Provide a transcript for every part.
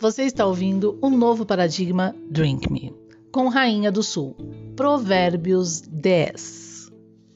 Você está ouvindo o novo paradigma Drink Me, com Rainha do Sul, Provérbios 10.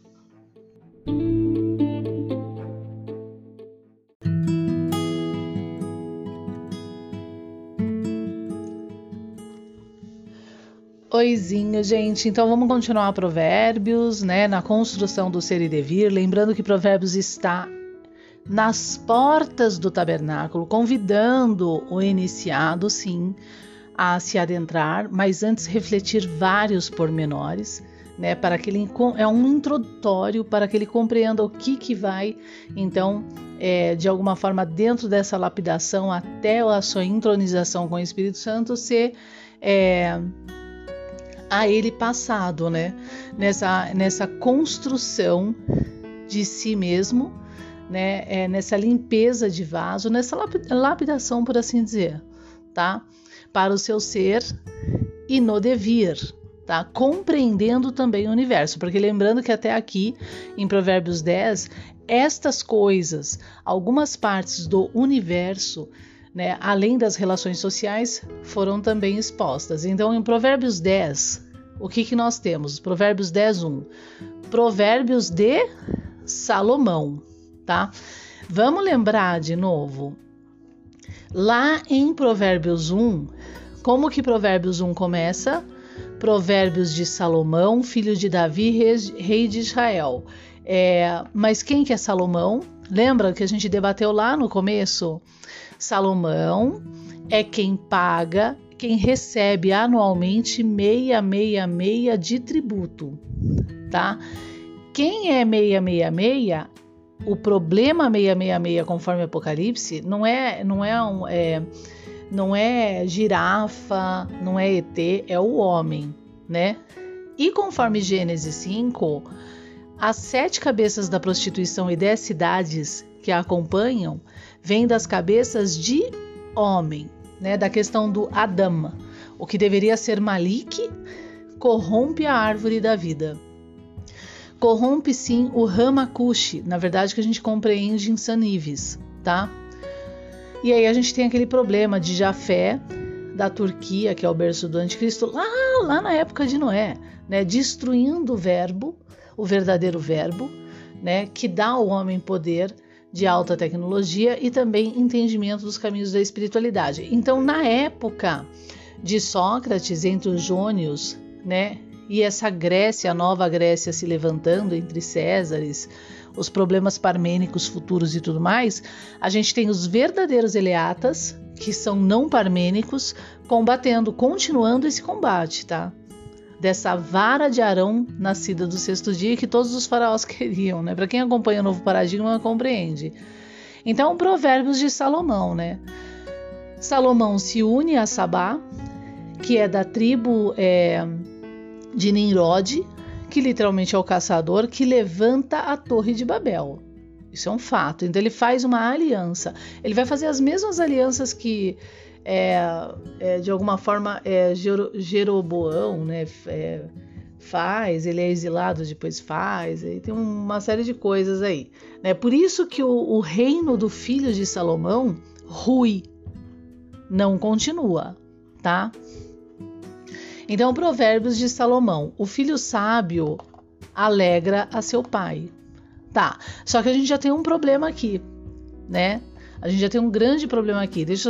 Oizinho, gente. Então vamos continuar Provérbios, né, na construção do ser e devir. Lembrando que Provérbios está nas portas do tabernáculo, convidando o iniciado, sim, a se adentrar, mas antes refletir vários pormenores, né, para que ele é um introdutório para que ele compreenda o que vai, então, de alguma forma, dentro dessa lapidação até a sua entronização com o Espírito Santo, ser a ele passado, né, nessa construção de si mesmo, né, nessa limpeza de vaso, nessa lapidação, por assim dizer, tá? Para o seu ser e no devir, tá? Compreendendo também o universo, porque lembrando que até aqui, em Provérbios 10, estas coisas, algumas partes do universo, né, além das relações sociais, foram também expostas. Então, em Provérbios 10, o que nós temos? Provérbios 10:1, Provérbios de Salomão. Tá? Vamos lembrar de novo, lá em Provérbios 1, como que Provérbios 1 começa? Provérbios de Salomão, filho de Davi, rei de Israel. Mas quem que é Salomão? Lembra que a gente debateu lá no começo? Salomão é quem paga, quem recebe anualmente 666 de tributo, tá? Quem é 666? O problema 666, conforme Apocalipse, não é girafa, não é ET, é o homem, né? E conforme Gênesis 5, as 7 cabeças da prostituição e 10 cidades que a acompanham vêm das cabeças de homem, né? Da questão do Adão. O que deveria ser Malik corrompe a árvore da vida. Corrompe sim o Ramakushi, na verdade que a gente compreende em Sanives, tá? E aí a gente tem aquele problema de Jafé, da Turquia, que é o berço do anticristo, lá na época de Noé, né? Destruindo o verbo, o verdadeiro verbo, né? Que dá ao homem poder de alta tecnologia e também entendimento dos caminhos da espiritualidade. Então, na época de Sócrates, entre os jônios, né? E essa Grécia, a nova Grécia se levantando entre Césares, os problemas parmênicos futuros e tudo mais, a gente tem os verdadeiros eleatas, que são não parmênicos, continuando esse combate, tá? Dessa vara de Arão nascida do 6º dia que todos os faraós queriam, né? Para quem acompanha o novo paradigma, compreende. Então, Provérbios de Salomão, né? Salomão se une a Sabá, que é da tribo de Nimrod, que literalmente é o caçador, que levanta a Torre de Babel. Isso é um fato. Então ele faz uma aliança. Ele vai fazer as mesmas alianças que, de alguma forma, Jeroboão, né, faz. Ele é exilado, depois faz. E tem uma série de coisas aí, né? Por isso que o reino do filho de Salomão, Rui, não continua, tá? Então, Provérbios de Salomão, o filho sábio alegra a seu pai. Tá, só que a gente já tem um problema aqui, né? A gente já tem um grande problema aqui. Deixa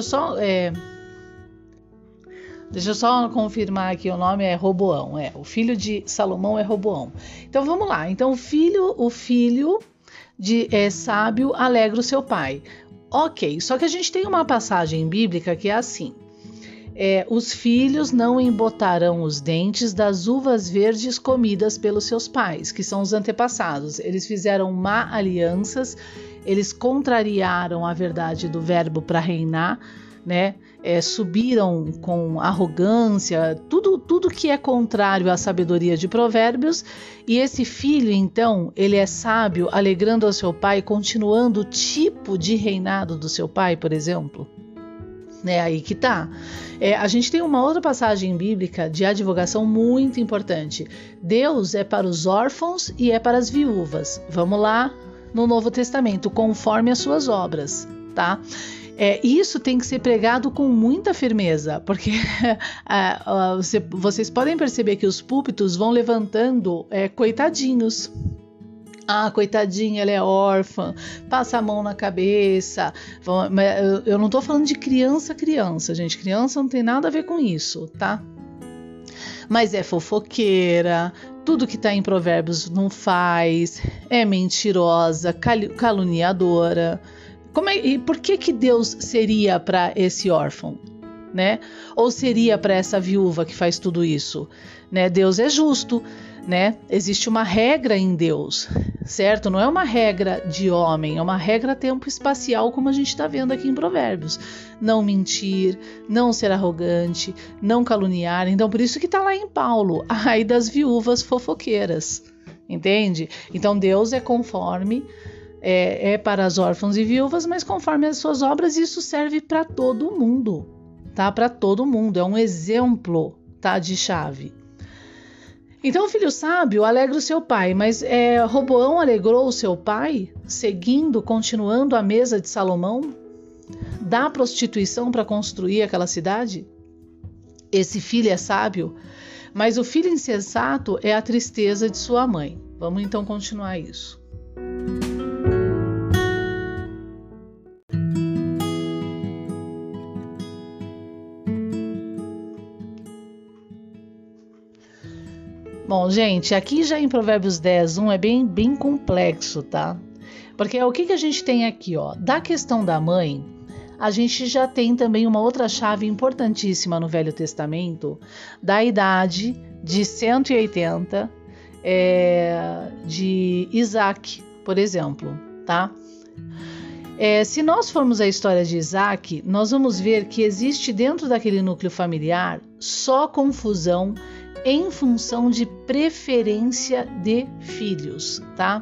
eu só confirmar aqui, o nome é Roboão. O filho de Salomão é Roboão. Então, vamos lá. Então, o filho de sábio alegra o seu pai. Ok, só que a gente tem uma passagem bíblica que é assim. Os filhos não embotarão os dentes das uvas verdes comidas pelos seus pais, que são os antepassados. Eles fizeram má alianças, eles contrariaram a verdade do verbo para reinar, né? Subiram com arrogância, tudo que é contrário à sabedoria de Provérbios. E esse filho, então, ele é sábio, alegrando ao seu pai, continuando o tipo de reinado do seu pai, por exemplo. Aí que tá. A gente tem uma outra passagem bíblica de advogação muito importante. Deus é para os órfãos e é para as viúvas. Vamos lá no Novo Testamento, conforme as suas obras, tá? Isso tem que ser pregado com muita firmeza, porque vocês podem perceber que os púlpitos vão levantando coitadinhos. Ah, coitadinha, ela é órfã, passa a mão na cabeça. Eu não tô falando de criança, gente. Criança não tem nada a ver com isso, tá? Mas é fofoqueira, tudo que tá em Provérbios não faz, é mentirosa, caluniadora. E por que Deus seria para esse órfão, né? Ou seria para essa viúva que faz tudo isso, né? Deus é justo, né? Existe uma regra em Deus, certo? Não é uma regra de homem, é uma regra tempo espacial, como a gente está vendo aqui em Provérbios. Não mentir, não ser arrogante, não caluniar. Então, por isso que está lá em Paulo, ai das viúvas fofoqueiras, entende? Então, Deus é conforme, é para as órfãs e viúvas, mas conforme as suas obras, isso serve para todo mundo, tá? Para todo mundo, é um exemplo, tá? De chave. Então o filho sábio alegra o seu pai, mas Roboão alegrou o seu pai, continuando a mesa de Salomão, da prostituição para construir aquela cidade? Esse filho é sábio, mas o filho insensato é a tristeza de sua mãe. Vamos então continuar isso. Bom, gente, aqui já em Provérbios 10:1 é bem complexo, tá? Porque o que a gente tem aqui, ó? Da questão da mãe, a gente já tem também uma outra chave importantíssima no Velho Testamento, da idade de 180 de Isaac, por exemplo, tá? Se nós formos à história de Isaac, nós vamos ver que existe dentro daquele núcleo familiar só confusão em função de preferência de filhos, tá?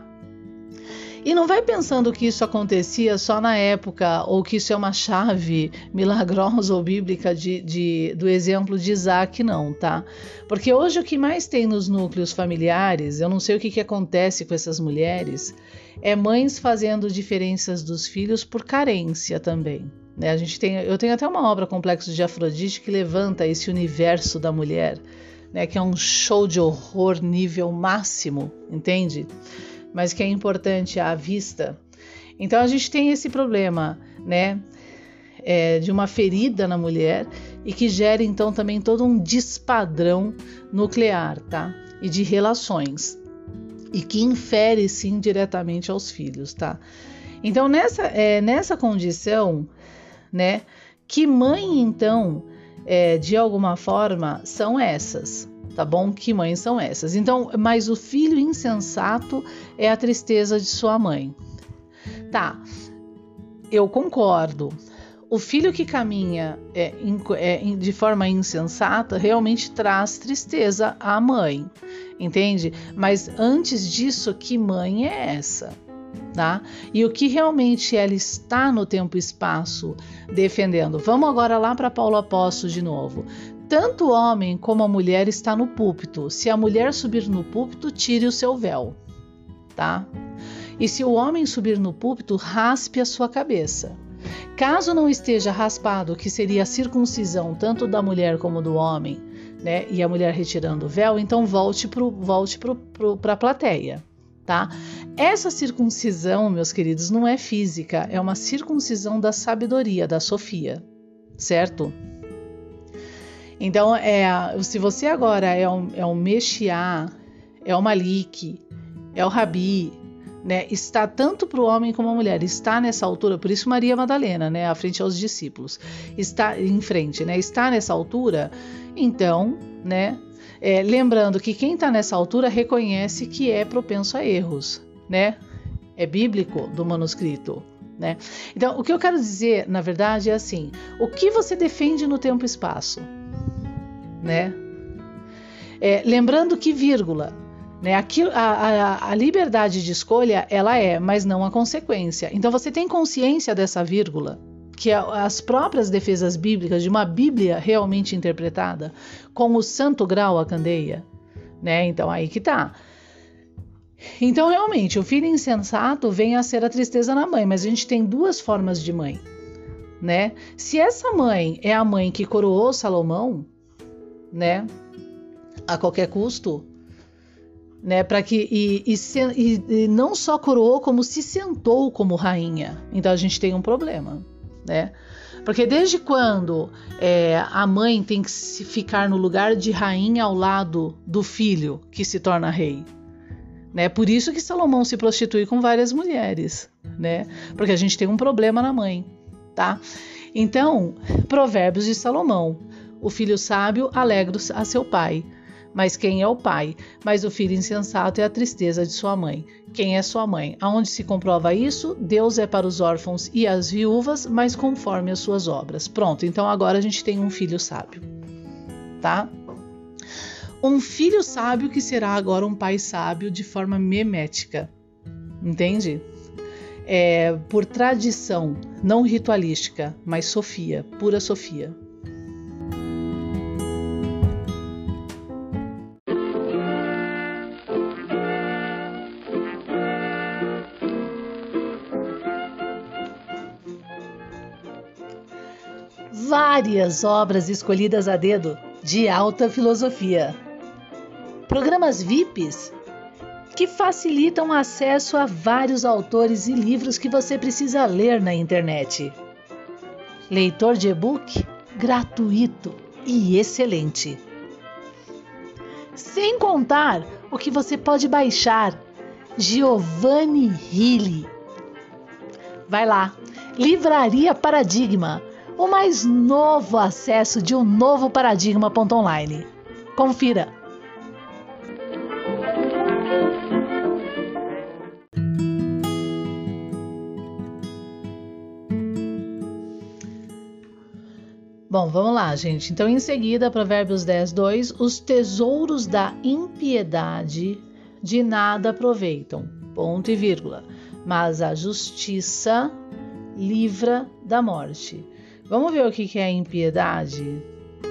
E não vai pensando que isso acontecia só na época, ou que isso é uma chave milagrosa ou bíblica do exemplo de Isaac, não, tá? Porque hoje o que mais tem nos núcleos familiares, eu não sei o que acontece com essas mulheres, é mães fazendo diferenças dos filhos por carência também. Né? Eu tenho até uma obra, Complexo de Afrodite, que levanta esse universo da mulher, né, que é um show de horror nível máximo, entende? Mas que é importante à vista. Então a gente tem esse problema, né, de uma ferida na mulher e que gera então também todo um despadrão nuclear, tá? E de relações. E que infere sim diretamente aos filhos, tá? Então nessa condição, né, que mãe então de alguma forma são essas, tá bom? Que mães são essas? Então, mas o filho insensato é a tristeza de sua mãe. Tá, eu concordo. O filho que caminha de forma insensata realmente traz tristeza à mãe, entende? Mas antes disso, que mãe é essa? Tá? E o que realmente ela está no tempo e espaço defendendo. Vamos agora lá para Paulo Apóstolo de novo. Tanto o homem como a mulher está no púlpito. Se a mulher subir no púlpito, tire o seu véu, tá? E se o homem subir no púlpito, raspe a sua cabeça. Caso não esteja raspado, que seria a circuncisão tanto da mulher como do homem, né? E a mulher retirando o véu, então volte para a plateia. Tá? Essa circuncisão, meus queridos, não é física, é uma circuncisão da sabedoria, da Sofia, certo? Então, se você agora é um Mexiá, é o Malik, é o Rabi, né? Está tanto para o homem como a mulher, está nessa altura, por isso Maria Madalena, né? À frente aos discípulos, está em frente, né? Está nessa altura, então, né? Lembrando que quem está nessa altura reconhece que é propenso a erros, né? É bíblico do manuscrito, né? Então, o que eu quero dizer, na verdade, é assim: o que você defende no tempo e espaço, né? Lembrando que vírgula, né? A liberdade de escolha, ela mas não a consequência. Então, você tem consciência dessa vírgula, que as próprias defesas bíblicas de uma Bíblia realmente interpretada com o santo grau a candeia, né? Então aí que tá. Então realmente o filho insensato vem a ser a tristeza na mãe, mas a gente tem duas formas de mãe, né? Se essa mãe é a mãe que coroou Salomão, né, a qualquer custo, né, para que e não só coroou, como se sentou como rainha. Então a gente tem um problema, né? Porque desde quando a mãe tem que ficar no lugar de rainha ao lado do filho que se torna rei? Né? Por isso que Salomão se prostitui com várias mulheres, né? Porque a gente tem um problema na mãe, tá? Então, Provérbios de Salomão: o filho sábio alegra a seu pai. Mas quem é o pai? Mas o filho insensato é a tristeza de sua mãe. Quem é sua mãe? Aonde se comprova isso? Deus é para os órfãos e as viúvas, mas conforme as suas obras. Pronto, então agora a gente tem um filho sábio, tá? Um filho sábio que será agora um pai sábio de forma memética, entende? Por tradição, não ritualística, mas Sofia, pura Sofia. Várias obras escolhidas a dedo de alta filosofia. Programas VIPs que facilitam o acesso a vários autores e livros que você precisa ler na internet. Leitor de e-book gratuito e excelente. Sem contar o que você pode baixar. Giovanni Hilli. Vai lá, Livraria Paradigma. O mais novo acesso de um novo paradigma.online. Confira! Bom, vamos lá, gente. Então, em seguida, Provérbios 10:2, os tesouros da impiedade de nada aproveitam, ponto e vírgula, mas a justiça livra da morte. Vamos ver o que é impiedade?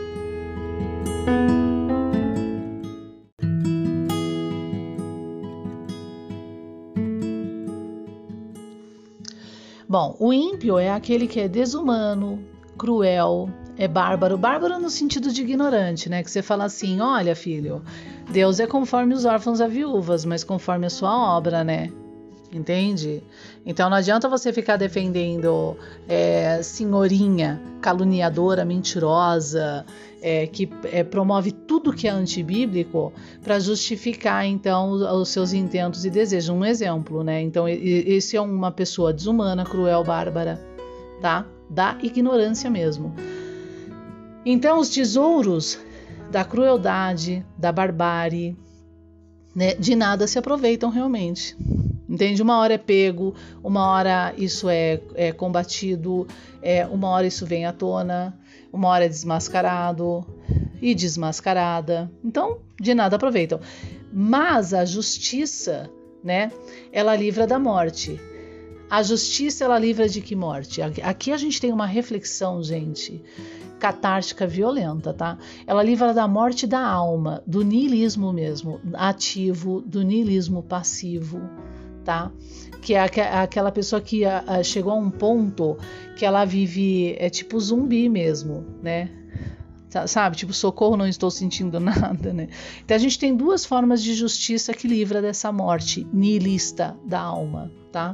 Bom, o ímpio é aquele que é desumano, cruel, é bárbaro. Bárbaro no sentido de ignorante, né? Que você fala assim, olha, filho, Deus é conforme os órfãos a viúvas, mas conforme a sua obra, né? Entende? Então não adianta você ficar defendendo senhorinha caluniadora, mentirosa, que promove tudo que é antibíblico para justificar então os seus intentos e desejos. Um exemplo, né? Então esse é uma pessoa desumana, cruel, bárbara, tá? Da ignorância mesmo. Então os tesouros da crueldade, da barbárie, né, de nada se aproveitam realmente. Entende? Uma hora é pego, uma hora isso é combatido, uma hora isso vem à tona, uma hora é desmascarado e desmascarada. Então, de nada aproveitam. Mas a justiça, né, ela livra da morte. A justiça, ela livra de que morte? Aqui a gente tem uma reflexão, gente, catártica violenta, tá? Ela livra da morte da alma, do niilismo mesmo, ativo, do niilismo passivo, tá? Que é aquela pessoa que chegou a um ponto que ela vive, tipo zumbi mesmo, né? Sabe? Tipo, socorro, não estou sentindo nada, né? Então a gente tem duas formas de justiça que livra dessa morte nihilista da alma, tá?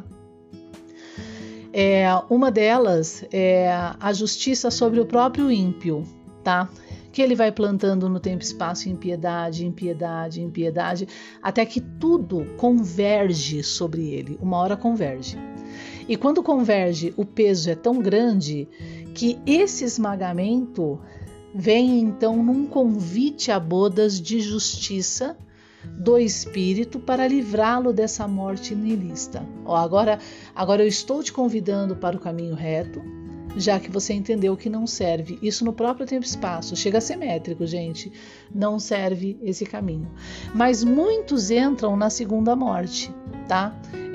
Uma delas é a justiça sobre o próprio ímpio, tá? Que ele vai plantando no tempo e espaço impiedade, impiedade, impiedade, até que tudo converge sobre ele. Uma hora converge. E quando converge, o peso é tão grande que esse esmagamento vem então num convite a bodas de justiça do espírito para livrá-lo dessa morte nihilista. Agora eu estou te convidando para o caminho reto, já que você entendeu que não serve. Isso no próprio tempo e espaço. Chega a ser métrico, gente. Não serve esse caminho. Mas muitos entram na segunda morte, tá?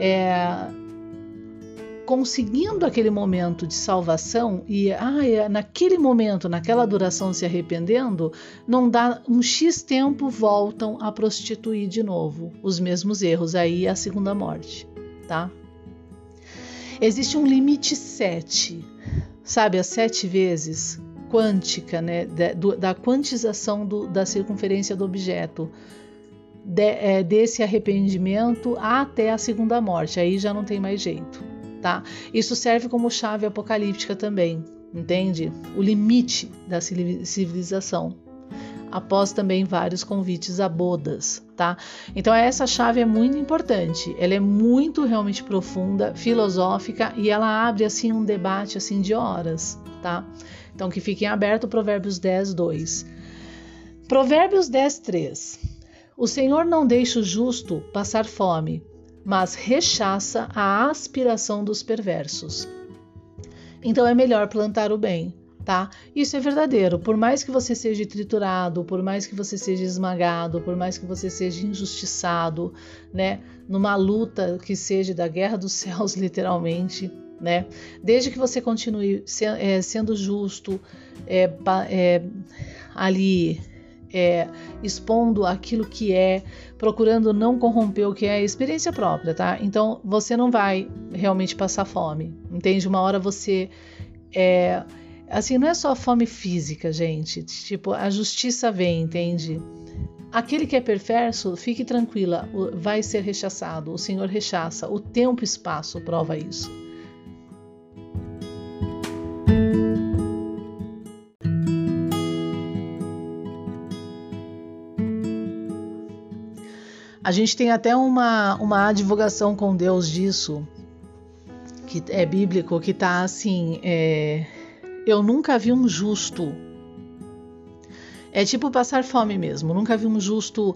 Conseguindo aquele momento de salvação e naquele momento, naquela duração se arrependendo, não dá um X tempo, voltam a prostituir de novo os mesmos erros. Aí é a segunda morte, tá? Existe um limite 7 sabe, as 7 vezes quântica, né, da quantização da circunferência do objeto, desse arrependimento até a segunda morte, aí já não tem mais jeito, tá? Isso serve como chave apocalíptica também, entende? O limite da civilização, após também vários convites a bodas, tá? Então essa chave é muito importante, ela é muito realmente profunda, filosófica, e ela abre assim um debate assim de horas, tá? Então que fiquem abertos Provérbios 10, 2. Provérbios 10, 3. O Senhor não deixa o justo passar fome, mas rechaça a aspiração dos perversos. Então é melhor plantar o bem, tá? Isso é verdadeiro. Por mais que você seja triturado, por mais que você seja esmagado, por mais que você seja injustiçado, né? Numa luta que seja da guerra dos céus, literalmente, né? Desde que você continue sendo justo, ali expondo aquilo que procurando não corromper o que é experiência própria, tá? Então você não vai realmente passar fome, entende? Uma hora você assim, não é só fome física, gente, tipo, a justiça vem, entende? Aquele que é perverso, fique tranquila, vai ser rechaçado, o Senhor rechaça, o tempo e espaço prova isso. A gente tem até uma advogação com Deus disso, que é bíblico, que tá assim, eu nunca vi um justo, é tipo passar fome mesmo, nunca vi um justo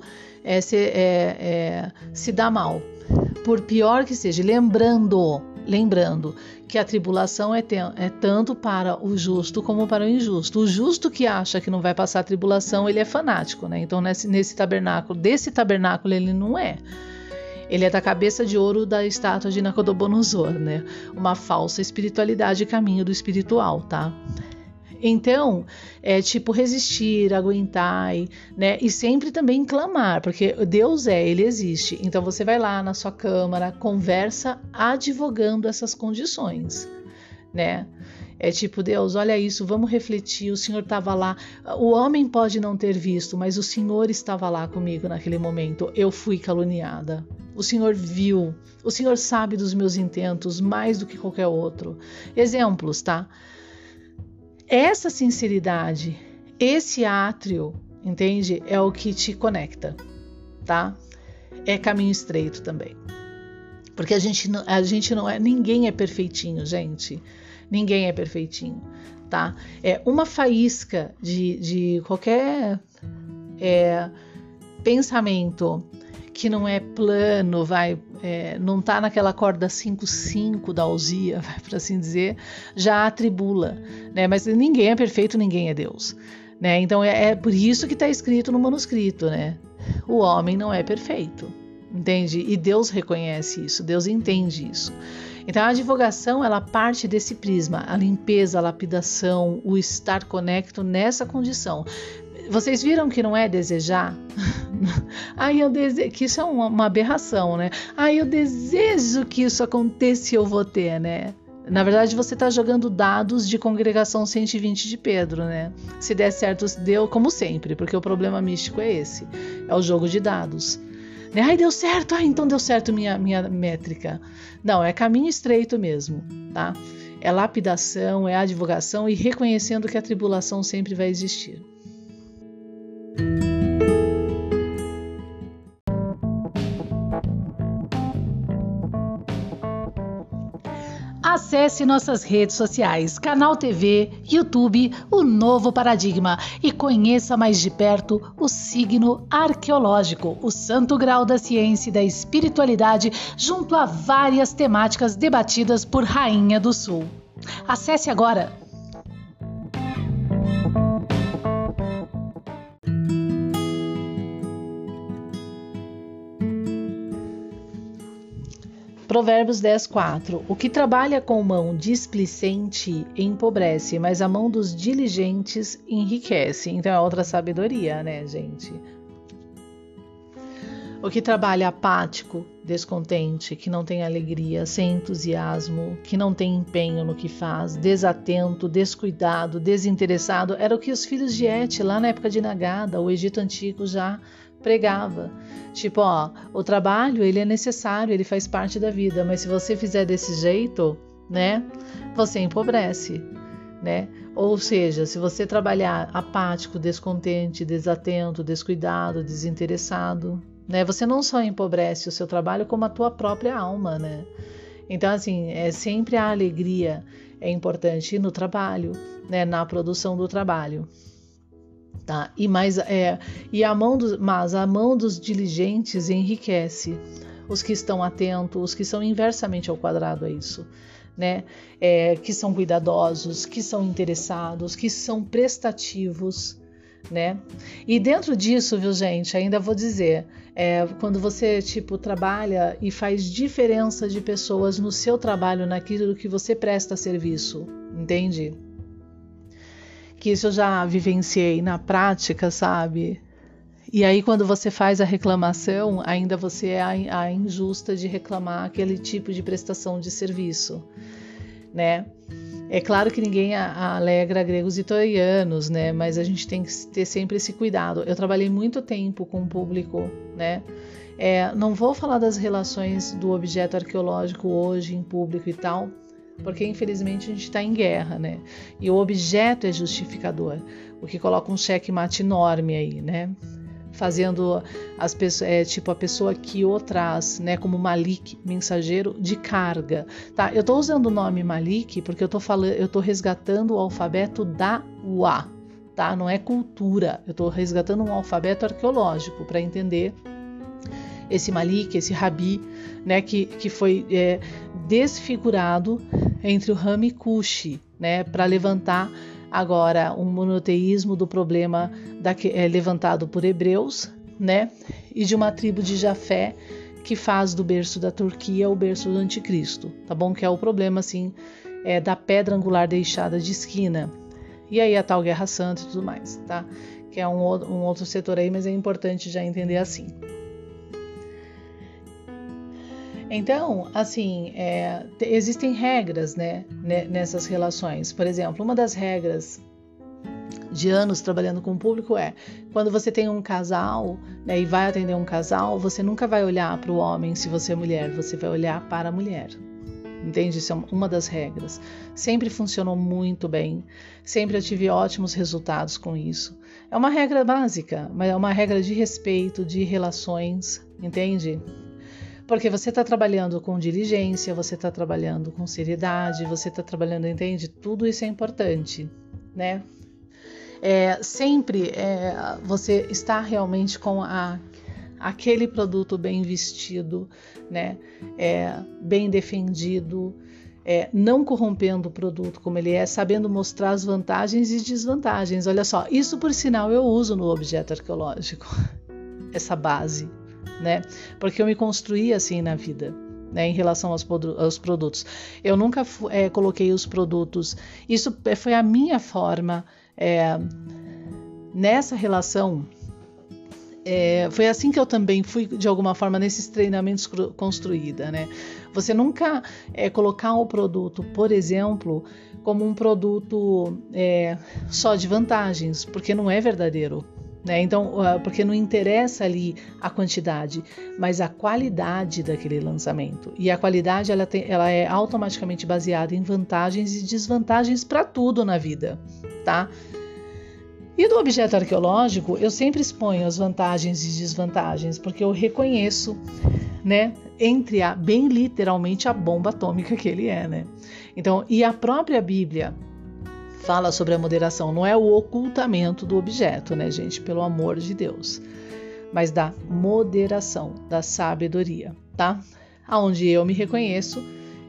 se dar mal, por pior que seja, lembrando que a tribulação é tanto para o justo como para o injusto. O justo que acha que não vai passar a tribulação, ele é fanático, né? Então desse tabernáculo ele não é. Ele é da cabeça de ouro da estátua de Nabucodonosor, né? Uma falsa espiritualidade e caminho do espiritual, tá? Então, é tipo resistir, aguentar, né? E sempre também clamar, porque Deus ele existe. Então você vai lá na sua câmara, conversa advogando essas condições, né? É tipo, Deus, olha isso, vamos refletir, o Senhor estava lá, o homem pode não ter visto, mas o Senhor estava lá comigo naquele momento, eu fui caluniada, o Senhor viu, o Senhor sabe dos meus intentos mais do que qualquer outro. Exemplos, tá? Essa sinceridade, esse átrio, entende? É o que te conecta, tá? É caminho estreito também. Porque a gente não é, ninguém é perfeitinho, gente. Ninguém é perfeitinho, tá? É uma faísca de qualquer pensamento que não é plano, não tá naquela corda 5-5 da Alzia, para assim dizer, já atribula, né? Mas ninguém é perfeito, ninguém é Deus, né? Então é por isso que está escrito no manuscrito, né? O homem não é perfeito, entende? E Deus reconhece isso, Deus entende isso. Então a advogação, ela parte desse prisma, a limpeza, a lapidação, o estar conecto nessa condição. Vocês viram que não é desejar? Que isso é uma aberração, né? Eu desejo que isso aconteça e eu vou ter, né? Na verdade, você está jogando dados de congregação 120 de Pedro, né? Se der certo, deu como sempre, porque o problema místico é esse, é o jogo de dados. Né? Deu certo, então deu certo minha métrica. Não, é caminho estreito mesmo, tá? É lapidação, é advogação e reconhecendo que a tribulação sempre vai existir. Acesse nossas redes sociais, Canal TV, YouTube, o Novo Paradigma e conheça mais de perto o signo arqueológico, o santo grau da ciência e da espiritualidade, junto a várias temáticas debatidas por Rainha do Sul. Acesse agora! Provérbios 10, 4. O que trabalha com mão displicente empobrece, mas a mão dos diligentes enriquece. Então é outra sabedoria, né, gente? O que trabalha apático, descontente, que não tem alegria, sem entusiasmo, que não tem empenho no que faz, desatento, descuidado, desinteressado, era o que os filhos de Et, lá na época de Nagada, o Egito Antigo, já pregava. Tipo, o trabalho, ele é necessário, ele faz parte da vida, mas se você fizer desse jeito, né, você empobrece, né? Ou seja, se você trabalhar apático, descontente, desatento, descuidado, desinteressado, né, você não só empobrece o seu trabalho, como a tua própria alma, né? Então, assim, sempre a alegria é importante no trabalho, né, na produção do trabalho. Tá? Mas a mão dos diligentes enriquece os que estão atentos, os que são inversamente ao quadrado a isso, né? Que são cuidadosos, que são interessados, que são prestativos, né? E dentro disso, viu, gente, ainda vou dizer, quando você trabalha e faz diferença de pessoas no seu trabalho, naquilo que você presta serviço, entende? Que isso eu já vivenciei na prática, sabe? E aí quando você faz a reclamação, ainda você é a injusta de reclamar aquele tipo de prestação de serviço, né? É claro que ninguém alegra gregos e troianos, né? Mas a gente tem que ter sempre esse cuidado. Eu trabalhei muito tempo com o público, né? Não vou falar das relações do objeto arqueológico hoje em público e tal, porque infelizmente a gente está em guerra, né? E o objeto é justificador, o que coloca um checkmate enorme aí, né? Fazendo as pessoas, a pessoa que o traz, né, como Malik, mensageiro de carga, tá? Eu estou usando o nome Malik porque eu estou resgatando o alfabeto da UA, tá? Não é cultura, eu estou resgatando um alfabeto arqueológico para entender esse Malik, esse Rabi, né, que foi desfigurado entre o Ram e Cushi, né, para levantar agora um monoteísmo do problema levantado por hebreus, né, e de uma tribo de Jafé que faz do berço da Turquia o berço do anticristo, tá bom? Que é o problema, assim, da pedra angular deixada de esquina. E aí a tal Guerra Santa e tudo mais, tá? Que é um outro setor aí, mas é importante já entender assim. Então, assim, existem regras, né, nessas relações. Por exemplo, uma das regras de anos trabalhando com o público quando você tem um casal, né, e vai atender um casal, você nunca vai olhar para o homem se você é mulher, você vai olhar para a mulher. Entende? Isso é uma das regras. Sempre funcionou muito bem, sempre eu tive ótimos resultados com isso. É uma regra básica, mas é uma regra de respeito, de relações, entende? Porque você está trabalhando com diligência, você está trabalhando com seriedade, você está trabalhando, entende? Tudo isso é importante, né? Sempre você está realmente com aquele produto bem vestido, né? Bem defendido, não corrompendo o produto como ele é, sabendo mostrar as vantagens e desvantagens. Olha só, isso por sinal eu uso no objeto arqueológico, essa base, né? Porque eu me construí assim na vida, né, em relação aos produtos. Eu nunca coloquei os produtos. Isso foi a minha forma nessa relação. Foi assim que eu também fui, de alguma forma, nesses treinamentos construída, né? Você nunca colocar o produto, por exemplo, como um produto só de vantagens, porque não é verdadeiro. Né? Então, porque não interessa ali a quantidade, mas a qualidade daquele lançamento. E a qualidade ela é automaticamente baseada em vantagens e desvantagens para tudo na vida, tá? E do objeto arqueológico, eu sempre exponho as vantagens e desvantagens, porque eu reconheço, né, bem literalmente a bomba atômica que ele é, né? Então, e a própria Bíblia fala sobre a moderação, não é o ocultamento do objeto, né, gente? Pelo amor de Deus. Mas da moderação, da sabedoria, tá? Aonde eu me reconheço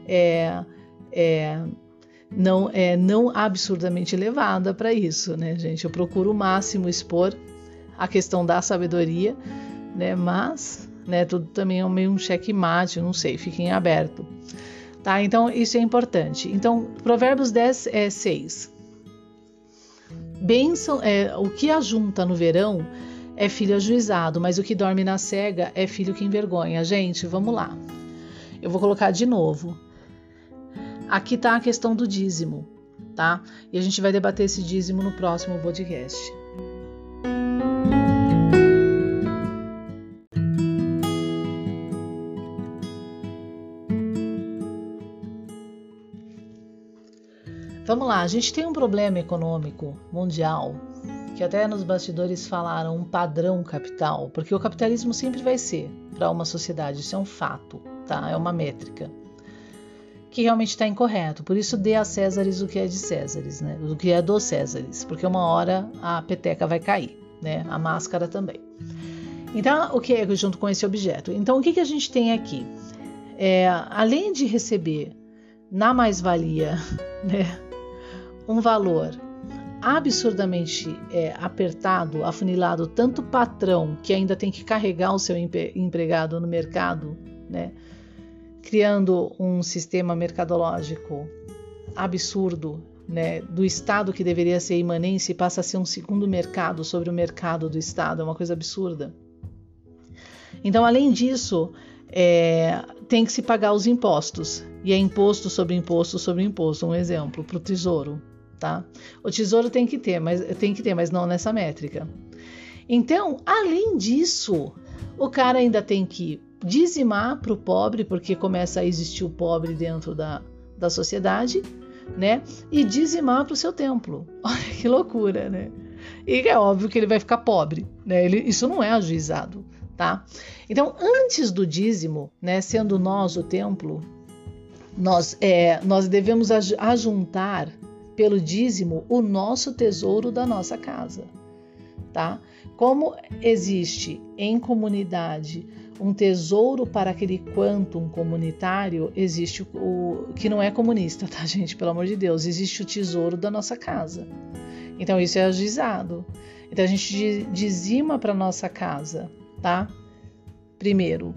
não absurdamente elevada para isso, né, gente? Eu procuro o máximo expor a questão da sabedoria, né? Mas, né, tudo também é meio um checkmate, não sei, fiquem aberto. Tá? Então, isso é importante. Então, Provérbios 10, 6. Bênção, o que ajunta no verão é filho ajuizado, mas o que dorme na cega é filho que envergonha. Gente, vamos lá. Eu vou colocar de novo. Aqui está a questão do dízimo, tá? E a gente vai debater esse dízimo no próximo podcast. Vamos lá, a gente tem um problema econômico mundial, que até nos bastidores falaram um padrão capital, porque o capitalismo sempre vai ser para uma sociedade, isso é um fato, tá? É uma métrica, que realmente está incorreto. Por isso dê a Césares o que é de Césares, né? O que é dos Césares, porque uma hora a peteca vai cair, né? A máscara também. Então, o que é junto com esse objeto? Então, o que a gente tem aqui? Além de receber na mais-valia, né, um valor absurdamente apertado, afunilado, tanto patrão que ainda tem que carregar o seu empregado no mercado, né, criando um sistema mercadológico absurdo, né, do Estado que deveria ser imanência e passa a ser um segundo mercado sobre o mercado do Estado, é uma coisa absurda. Então, além disso, tem que se pagar os impostos, e é imposto sobre imposto sobre imposto, um exemplo, para o Tesouro. Tá? O Tesouro tem que ter, mas não nessa métrica. Então, além disso, o cara ainda tem que dizimar para o pobre, porque começa a existir o pobre dentro da sociedade, né? E dizimar para o seu templo. Olha que loucura, né? E é óbvio que ele vai ficar pobre, né? Isso não é ajuizado, tá? Então, antes do dízimo, né, sendo nós o templo, nós devemos ajuntar pelo dízimo o nosso tesouro da nossa casa, tá? Como existe em comunidade um tesouro para aquele quantum comunitário, existe o que não é comunista, tá, gente? Pelo amor de Deus, existe o tesouro da nossa casa. Então isso é ajuizado. Então a gente dizima para nossa casa, tá? Primeiro.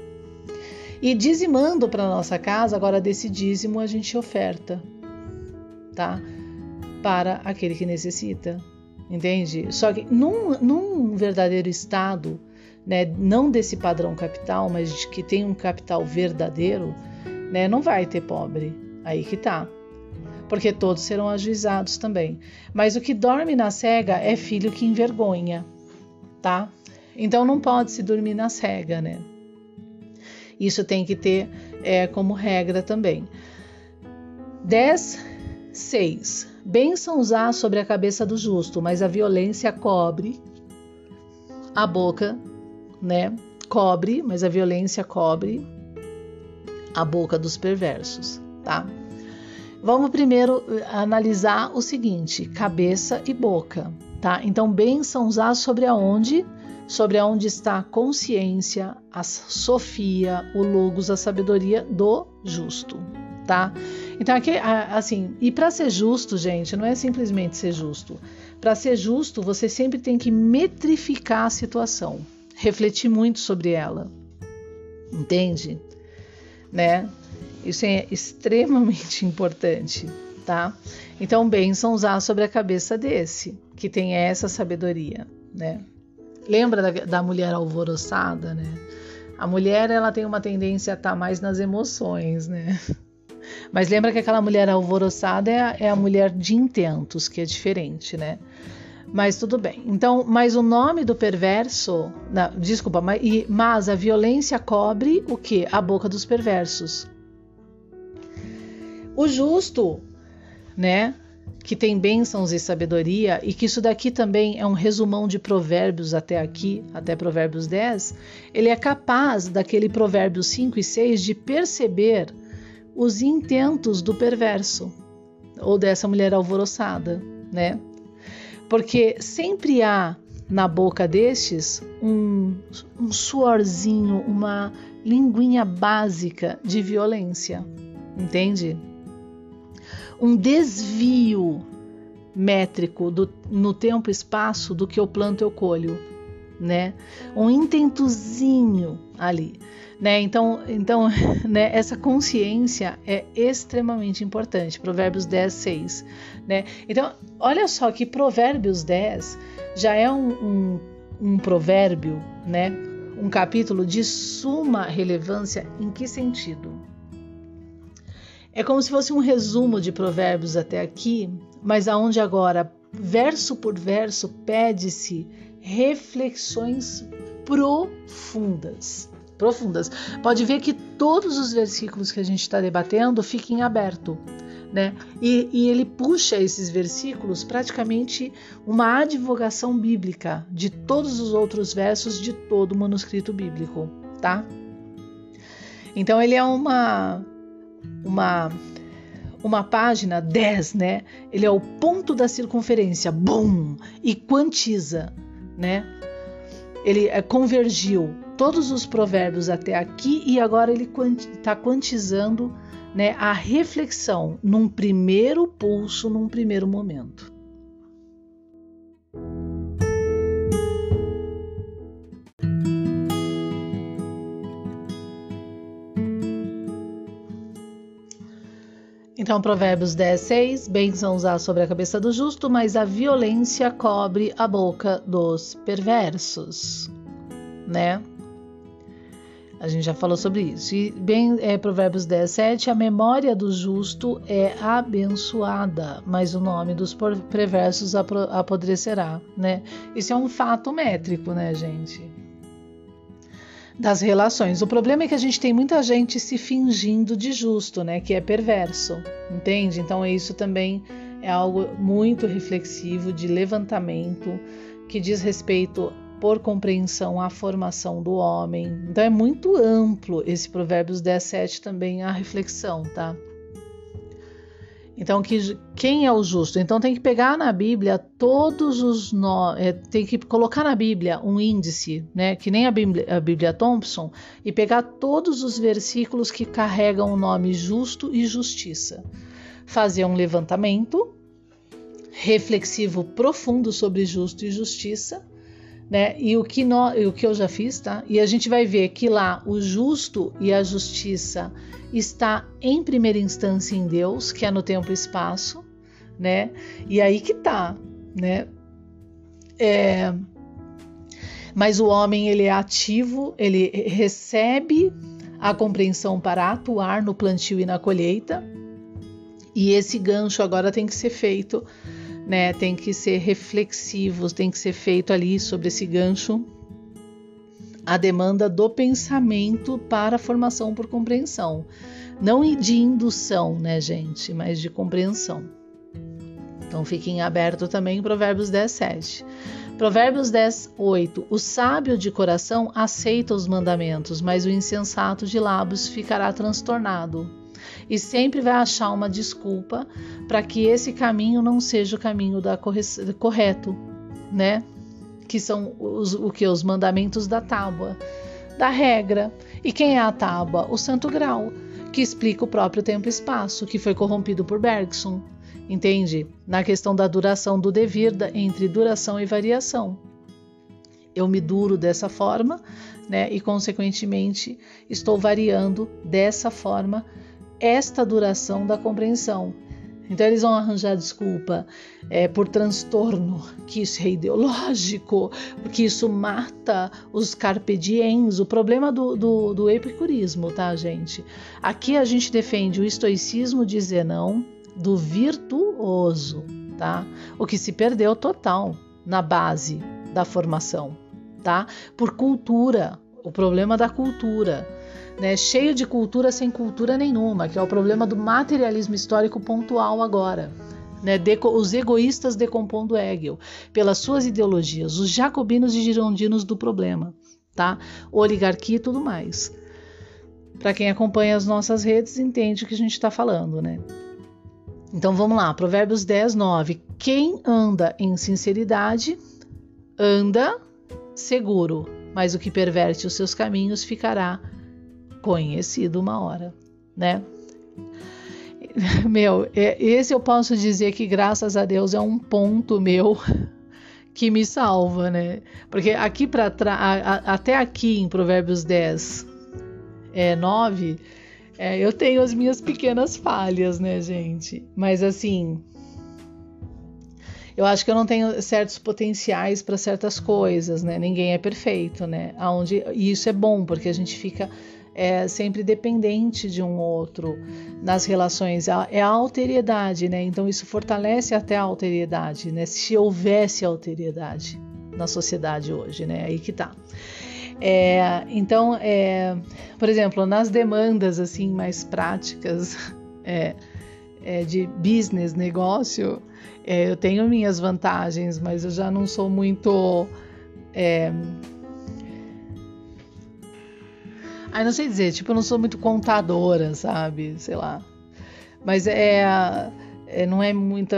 E dizimando para nossa casa, agora desse dízimo a gente oferta, tá? Para aquele que necessita, entende? Só que num verdadeiro Estado, né, não desse padrão capital, mas que tem um capital verdadeiro, né, não vai ter pobre, aí que tá, porque todos serão ajuizados também. Mas o que dorme na cega é filho que envergonha, tá? Então não pode se dormir na cega, né? Isso tem que ter como regra também. 10:6. Bênçãos há sobre a cabeça do justo, mas a violência cobre a boca, né? Cobre, mas a violência cobre a boca dos perversos, tá? Vamos primeiro analisar o seguinte, cabeça e boca, tá? Então, bênçãos há sobre aonde está a consciência, a sofia, o logos, a sabedoria do justo, tá? Então, aqui, assim, e para ser justo, gente, não é simplesmente ser justo. Para ser justo, você sempre tem que metrificar a situação, refletir muito sobre ela, entende? Né? Isso é extremamente importante, tá? Então, bênçãos há sobre a cabeça desse, que tem essa sabedoria, né? Lembra da mulher alvoroçada, né? A mulher, ela tem uma tendência a estar mais nas emoções, né? Mas lembra que aquela mulher alvoroçada é a mulher de intentos, que é diferente, né? Mas tudo bem. Então, mas o nome do perverso, mas a violência cobre o quê? A boca dos perversos. O justo, né? Que tem bênçãos e sabedoria, e que isso daqui também é um resumão de provérbios até aqui, até provérbios 10, ele é capaz, daquele provérbios 5 e 6, de perceber os intentos do perverso, ou dessa mulher alvoroçada, né? Porque sempre há na boca destes um suorzinho, uma linguinha básica de violência, entende? Um desvio métrico no tempo e espaço do que eu planto eu colho, né? Um intentozinho ali, né? Então né, essa consciência é extremamente importante. Provérbios 10:6, né? Então, olha só que Provérbios 10 já é um um provérbio, né? Um capítulo de suma relevância. Em que sentido? É como se fosse um resumo de provérbios até aqui, mas aonde agora, verso por verso, pede-se reflexões profundas. Pode ver que todos os versículos que a gente está debatendo fiquem em aberto, né? E ele puxa esses versículos praticamente uma advogação bíblica de todos os outros versos de todo o manuscrito bíblico, tá? Então ele é uma página 10, né? Ele é o ponto da circunferência, bum, e quantiza, né? Ele convergiu todos os provérbios até aqui e agora ele está quantizando, né, a reflexão num primeiro pulso, num primeiro momento. Então, Provérbios 10, 6, bênçãos há sobre a cabeça do justo, mas a violência cobre a boca dos perversos, né? A gente já falou sobre isso. E Provérbios 10, 7, a memória do justo é abençoada, mas o nome dos perversos apodrecerá, né? Isso é um fato métrico, né, gente? Das relações. O problema é que a gente tem muita gente se fingindo de justo, né? Que é perverso, entende? Então isso também é algo muito reflexivo, de levantamento, que diz respeito, por compreensão, à formação do homem. Então é muito amplo esse Provérbios 10, 7 também, a reflexão, tá? Então, quem é o justo? Então tem que pegar na Bíblia tem que colocar na Bíblia um índice, né? Que nem a Bíblia Thompson, e pegar todos os versículos que carregam o nome justo e justiça. Fazer um levantamento reflexivo profundo sobre justo e justiça, né? E o que eu já fiz, tá? E a gente vai ver que lá o justo e a justiça está em primeira instância em Deus, que é no tempo e espaço, né? E aí que tá, né? Mas o homem, ele é ativo, ele recebe a compreensão para atuar no plantio e na colheita, e esse gancho agora tem que ser feito, né? Tem que ser reflexivo, tem que ser feito ali sobre esse gancho a demanda do pensamento para a formação por compreensão. Não de indução, né, gente, mas de compreensão. Então fiquem aberto também Provérbios 10, 7. Provérbios 10, 8. O sábio de coração aceita os mandamentos, mas o insensato de lábios ficará transtornado. E sempre vai achar uma desculpa para que esse caminho não seja o caminho correto, né? Que são os mandamentos da tábua, da regra. E quem é a tábua? O Santo Grau, que explica o próprio tempo e espaço, que foi corrompido por Bergson, entende? Na questão da duração do devir, entre duração e variação. Eu me duro dessa forma, né? E consequentemente estou variando dessa forma esta duração da compreensão. Então eles vão arranjar desculpa por transtorno, que isso é ideológico, que isso mata os carpe diems, o problema do epicurismo, tá, gente? Aqui a gente defende o estoicismo de Zenão, do virtuoso, tá? O que se perdeu total na base da formação, tá? Por cultura, o problema da cultura, né, cheio de cultura sem cultura nenhuma, que é o problema do materialismo histórico pontual agora, né, os egoístas decompondo Hegel pelas suas ideologias, os jacobinos e girondinos do problema, tá? Oligarquia e tudo mais. Para quem acompanha as nossas redes entende o que a gente está falando, né? Então vamos lá, Provérbios 10, 9. Quem anda em sinceridade anda seguro, mas o que perverte os seus caminhos ficará conhecido uma hora, né? Esse eu posso dizer que graças a Deus é um ponto meu que me salva, né? Porque aqui até aqui em Provérbios 10, 9, eu tenho as minhas pequenas falhas, né, gente? Mas assim, Eu acho que eu não tenho certos potenciais para certas coisas, né? Ninguém é perfeito, né? E isso é bom, porque a gente fica sempre dependente de um outro nas relações. É a alteridade, né? Então isso fortalece até a alteridade, né? Se houvesse alteridade na sociedade hoje, né? Aí que tá. Então, por exemplo, nas demandas assim mais práticas de business, negócio, eu tenho minhas vantagens, mas eu já não sou muito... não sei dizer, tipo, eu não sou muito contadora, sabe? Sei lá. Mas não é muito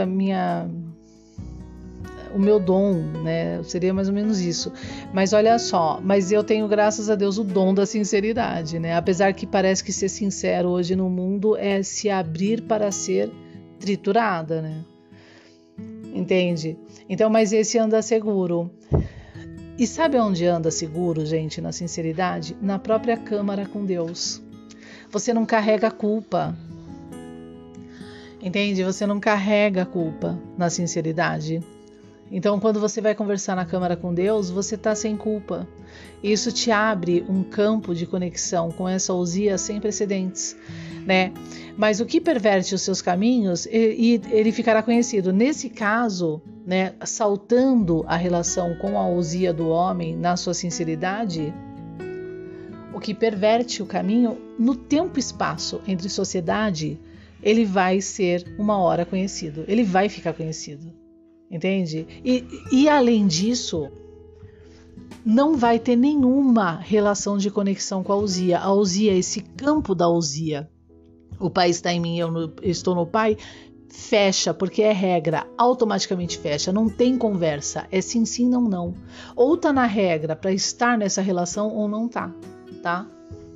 o meu dom, né? Seria mais ou menos isso. Mas olha só, mas eu tenho, graças a Deus, o dom da sinceridade, né? Apesar que parece que ser sincero hoje no mundo é se abrir para ser triturada, né? Entende? Então, mas esse anda seguro. E sabe onde anda seguro, gente, na sinceridade? Na própria câmara com Deus. Você não carrega culpa. Entende? Você não carrega culpa na sinceridade. Então, quando você vai conversar na câmara com Deus, você está sem culpa. Isso te abre um campo de conexão com essa ousia sem precedentes, né? Mas o que perverte os seus caminhos, ele ficará conhecido. Nesse caso, né, saltando a relação com a ousia do homem na sua sinceridade, o que perverte o caminho no tempo e espaço entre sociedade, ele vai ser uma hora conhecido. Ele vai ficar conhecido. Entende? E além disso, não vai ter nenhuma relação de conexão com a ousia. A ousia, esse campo da ousia, o pai está em mim, eu estou no pai, fecha, porque é regra, automaticamente fecha, não tem conversa, é sim, sim, não, não. Ou tá na regra para estar nessa relação ou não tá, tá?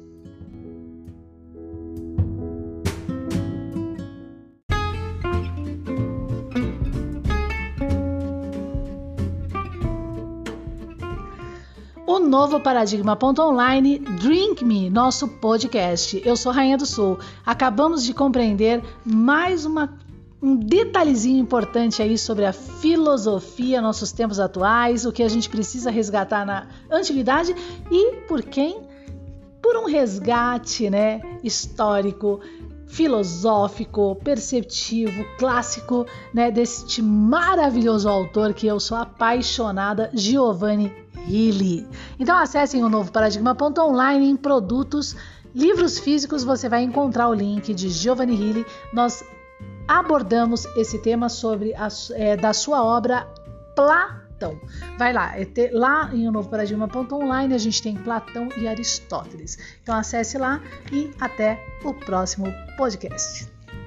O novo Paradigma.online, Drink Me, nosso podcast. Eu sou Rainha do Sul. Acabamos de compreender mais um detalhezinho importante aí sobre a filosofia, nossos tempos atuais, o que a gente precisa resgatar na antiguidade e por quem? Por um resgate, né, histórico, filosófico, perceptivo, clássico, né, deste maravilhoso autor que eu sou apaixonada, Giovanni Healy. Então acessem o novo Paradigma.online em produtos, livros físicos, você vai encontrar o link de Giovanni Healy. Nós abordamos esse tema sobre da sua obra Platão. Vai lá, lá em o novo Paradigma.online a gente tem Platão e Aristóteles. Então acesse lá e até o próximo podcast.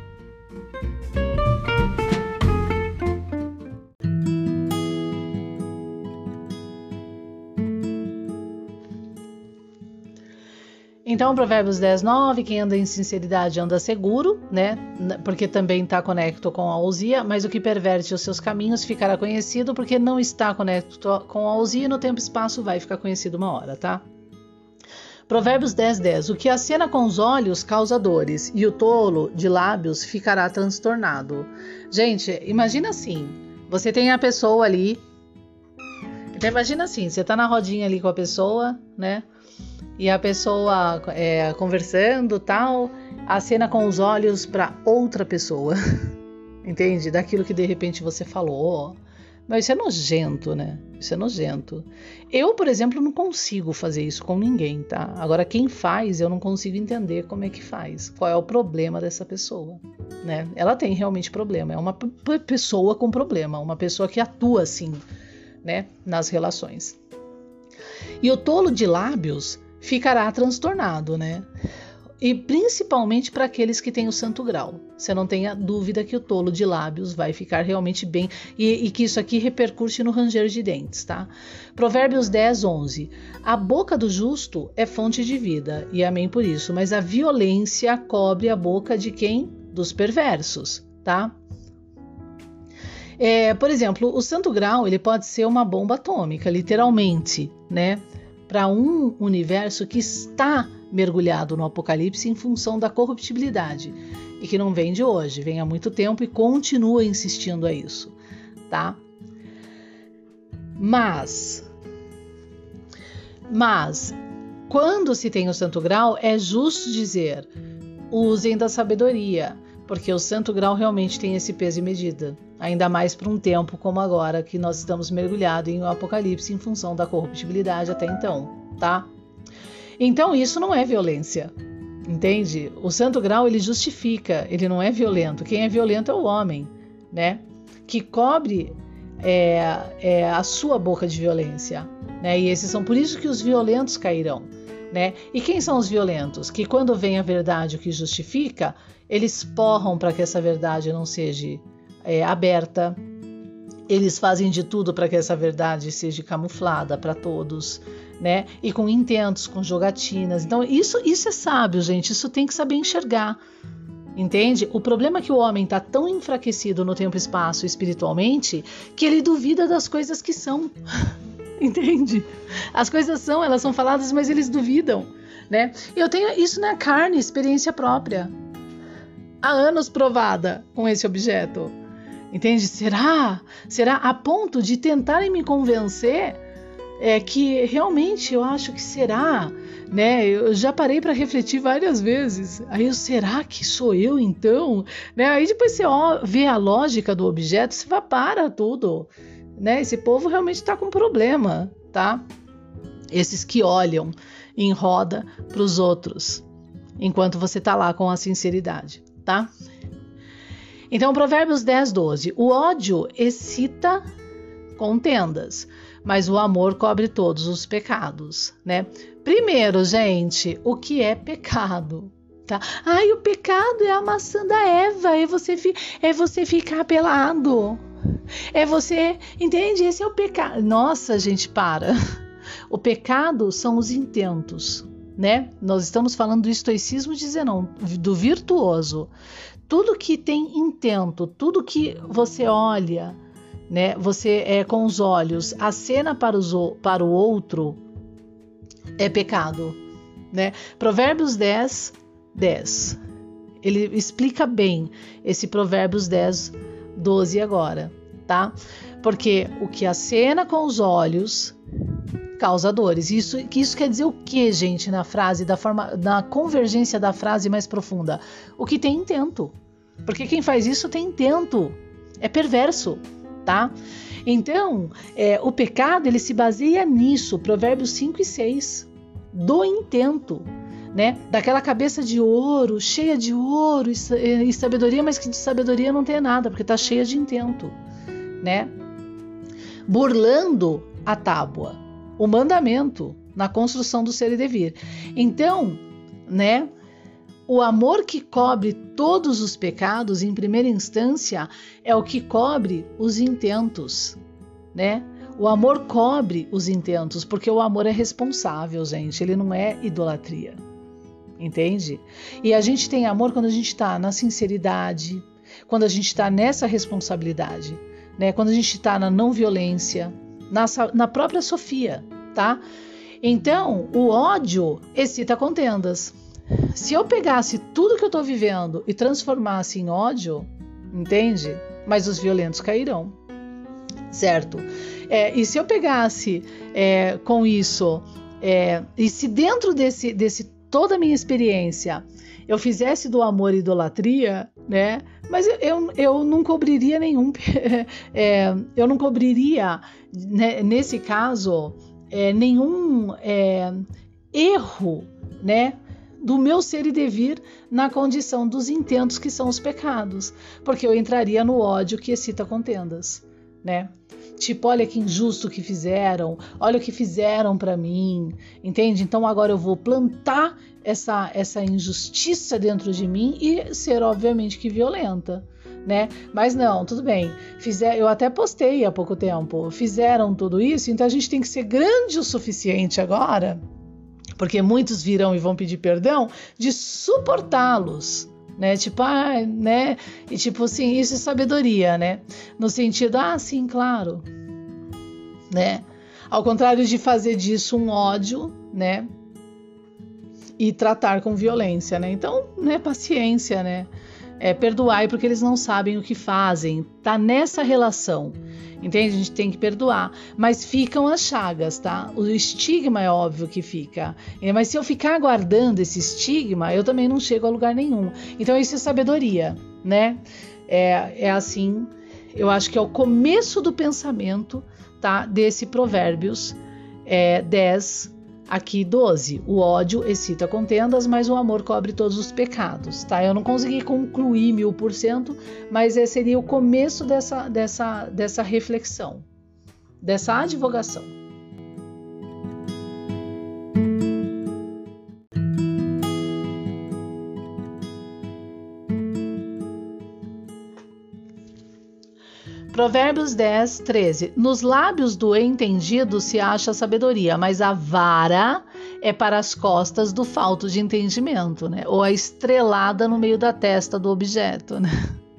Então, Provérbios 10:9, quem anda em sinceridade anda seguro, né? Porque também está conecto com a ousia, mas o que perverte os seus caminhos ficará conhecido, porque não está conecto com a ousia e no tempo e espaço vai ficar conhecido uma hora, tá? Provérbios 10:10, o que acena com os olhos causa dores, e o tolo de lábios ficará transtornado. Gente, imagina assim, você tem a pessoa ali, então imagina assim, você tá na rodinha ali com a pessoa, né? E a pessoa conversando, tal, acena com os olhos para outra pessoa, entende? Daquilo que de repente você falou. Mas isso é nojento, né? Isso é nojento. Eu, por exemplo, não consigo fazer isso com ninguém, tá? Agora, quem faz, eu não consigo entender como é que faz. Qual é o problema dessa pessoa, né? Ela tem realmente problema. É uma pessoa com problema, uma pessoa que atua assim, né? Nas relações. E o tolo de lábios ficará transtornado, né? E principalmente para aqueles que têm o santo grau. Você não tenha dúvida que o tolo de lábios vai ficar realmente bem e que isso aqui repercute no ranger de dentes, tá? Provérbios 10:11. A boca do justo é fonte de vida, e amém por isso, mas a violência cobre a boca de quem? Dos perversos, tá? Por exemplo, o santo grau ele pode ser uma bomba atômica, literalmente, né? Para um universo que está mergulhado no apocalipse em função da corruptibilidade e que não vem de hoje, vem há muito tempo e continua insistindo a isso, tá? Mas, quando se tem o santo grau, é justo dizer, usem da sabedoria, porque o santo grau realmente tem esse peso e medida, ainda mais para um tempo como agora, que nós estamos mergulhados em um apocalipse em função da corruptibilidade até então, tá? Então isso não é violência, entende? O santo grau, ele justifica, ele não é violento. Quem é violento é o homem, né? Que cobre a sua boca de violência, né? E esses são por isso que os violentos cairão, né? E quem são os violentos? Que quando vem a verdade, o que justifica, eles porram para que essa verdade não seja aberta. Eles fazem de tudo para que essa verdade seja camuflada para todos, né? E com intentos, com jogatinas. Então isso é sábio, gente. Isso tem que saber enxergar. Entende? O problema é que o homem está tão enfraquecido no tempo e espaço espiritualmente que ele duvida das coisas que são. Entende? As coisas elas são faladas, mas eles duvidam, né? Eu tenho isso na carne, experiência própria. Há anos provada com esse objeto. Entende? Será a ponto de tentarem me convencer que realmente eu acho que será, né? Eu já parei para refletir várias vezes. Aí será que sou eu então? Né? Aí depois você vê a lógica do objeto, você para tudo, né? Esse povo realmente está com problema, tá? Esses que olham em roda para os outros, enquanto você está lá com a sinceridade, tá? Então, Provérbios 10:12. O ódio excita contendas, mas o amor cobre todos os pecados, né? Primeiro, gente, o que é pecado? Tá? O pecado é a maçã da Eva, é você ficar pelado. É você, entende? Esse é o pecado. Nossa, gente, para. O pecado são os intentos, né? Nós estamos falando do estoicismo de Zenão, do virtuoso. Tudo que tem intento, tudo que você olha, né? Você com os olhos acena para o outro é pecado, né? Provérbios 10:10. Ele explica bem esse Provérbios 10:12 agora, tá? Porque o que acena com os olhos causa dores. Isso quer dizer o que, gente, na frase, na convergência da frase mais profunda? O que tem intento. Porque quem faz isso tem intento. É perverso, tá? Então, o pecado, ele se baseia nisso, Provérbios 5:6, do intento, né? Daquela cabeça de ouro, cheia de ouro e sabedoria, mas que de sabedoria não tem nada, porque está cheia de intento, né? Burlando a tábua, o mandamento na construção do ser e devir. Então, né? O amor que cobre todos os pecados, em primeira instância, é o que cobre os intentos, né? O amor cobre os intentos, porque o amor é responsável, gente. Ele não é idolatria, entende? E a gente tem amor quando a gente está na sinceridade, quando a gente está nessa responsabilidade, né? Quando a gente está na não violência, na própria Sofia, tá? Então, o ódio excita contendas. Se eu pegasse tudo que eu estou vivendo e transformasse em ódio, entende? Mas os violentos cairão, certo? E se eu pegasse com isso, e se dentro desse toda a minha experiência eu fizesse do amor idolatria, né? Mas eu não cobriria eu não cobriria, né, nesse caso, nenhum erro, né? Do meu ser e devir na condição dos intentos que são os pecados, porque eu entraria no ódio que excita contendas, né? Tipo, olha que injusto que fizeram, olha o que fizeram para mim, entende? Então agora eu vou plantar essa injustiça dentro de mim e ser obviamente que violenta, né? Mas não, tudo bem. Eu até postei há pouco tempo, fizeram tudo isso, então a gente tem que ser grande o suficiente agora, porque muitos virão e vão pedir perdão, de suportá-los, né? Tipo, né? E tipo assim, isso é sabedoria, né? No sentido, sim, claro, né? Ao contrário de fazer disso um ódio, né? E tratar com violência, né? Então, né? Paciência, né? Perdoai porque eles não sabem o que fazem. Tá nessa relação. Entende? A gente tem que perdoar. Mas ficam as chagas, tá? O estigma é óbvio que fica. Mas se eu ficar guardando esse estigma, eu também não chego a lugar nenhum. Então isso é sabedoria, né? É assim, eu acho que é o começo do pensamento, tá? Desse Provérbios 10, aqui 12. O ódio excita contendas, mas o amor cobre todos os pecados, tá? Eu não consegui concluir 1000%, mas seria o começo dessa reflexão, dessa advogação. Provérbios 10, 13. Nos lábios do entendido se acha a sabedoria, mas a vara é para as costas do falto de entendimento, né? Ou a estrelada no meio da testa do objeto, né?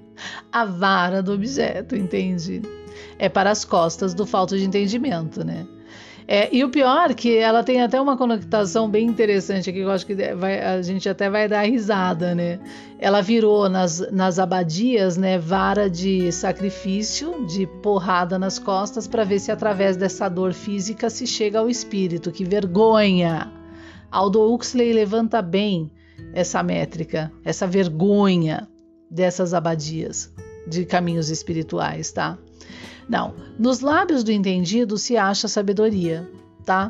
A vara do objeto, entende? É para as costas do falto de entendimento, né? E o pior é que ela tem até uma conotação bem interessante aqui, que eu acho que a gente até vai dar risada, né? Ela virou nas abadias, né, vara de sacrifício, de porrada nas costas, para ver se através dessa dor física se chega ao espírito. Que vergonha! Aldo Huxley levanta bem essa métrica, essa vergonha dessas abadias de caminhos espirituais, tá? Não, nos lábios do entendido se acha sabedoria, tá?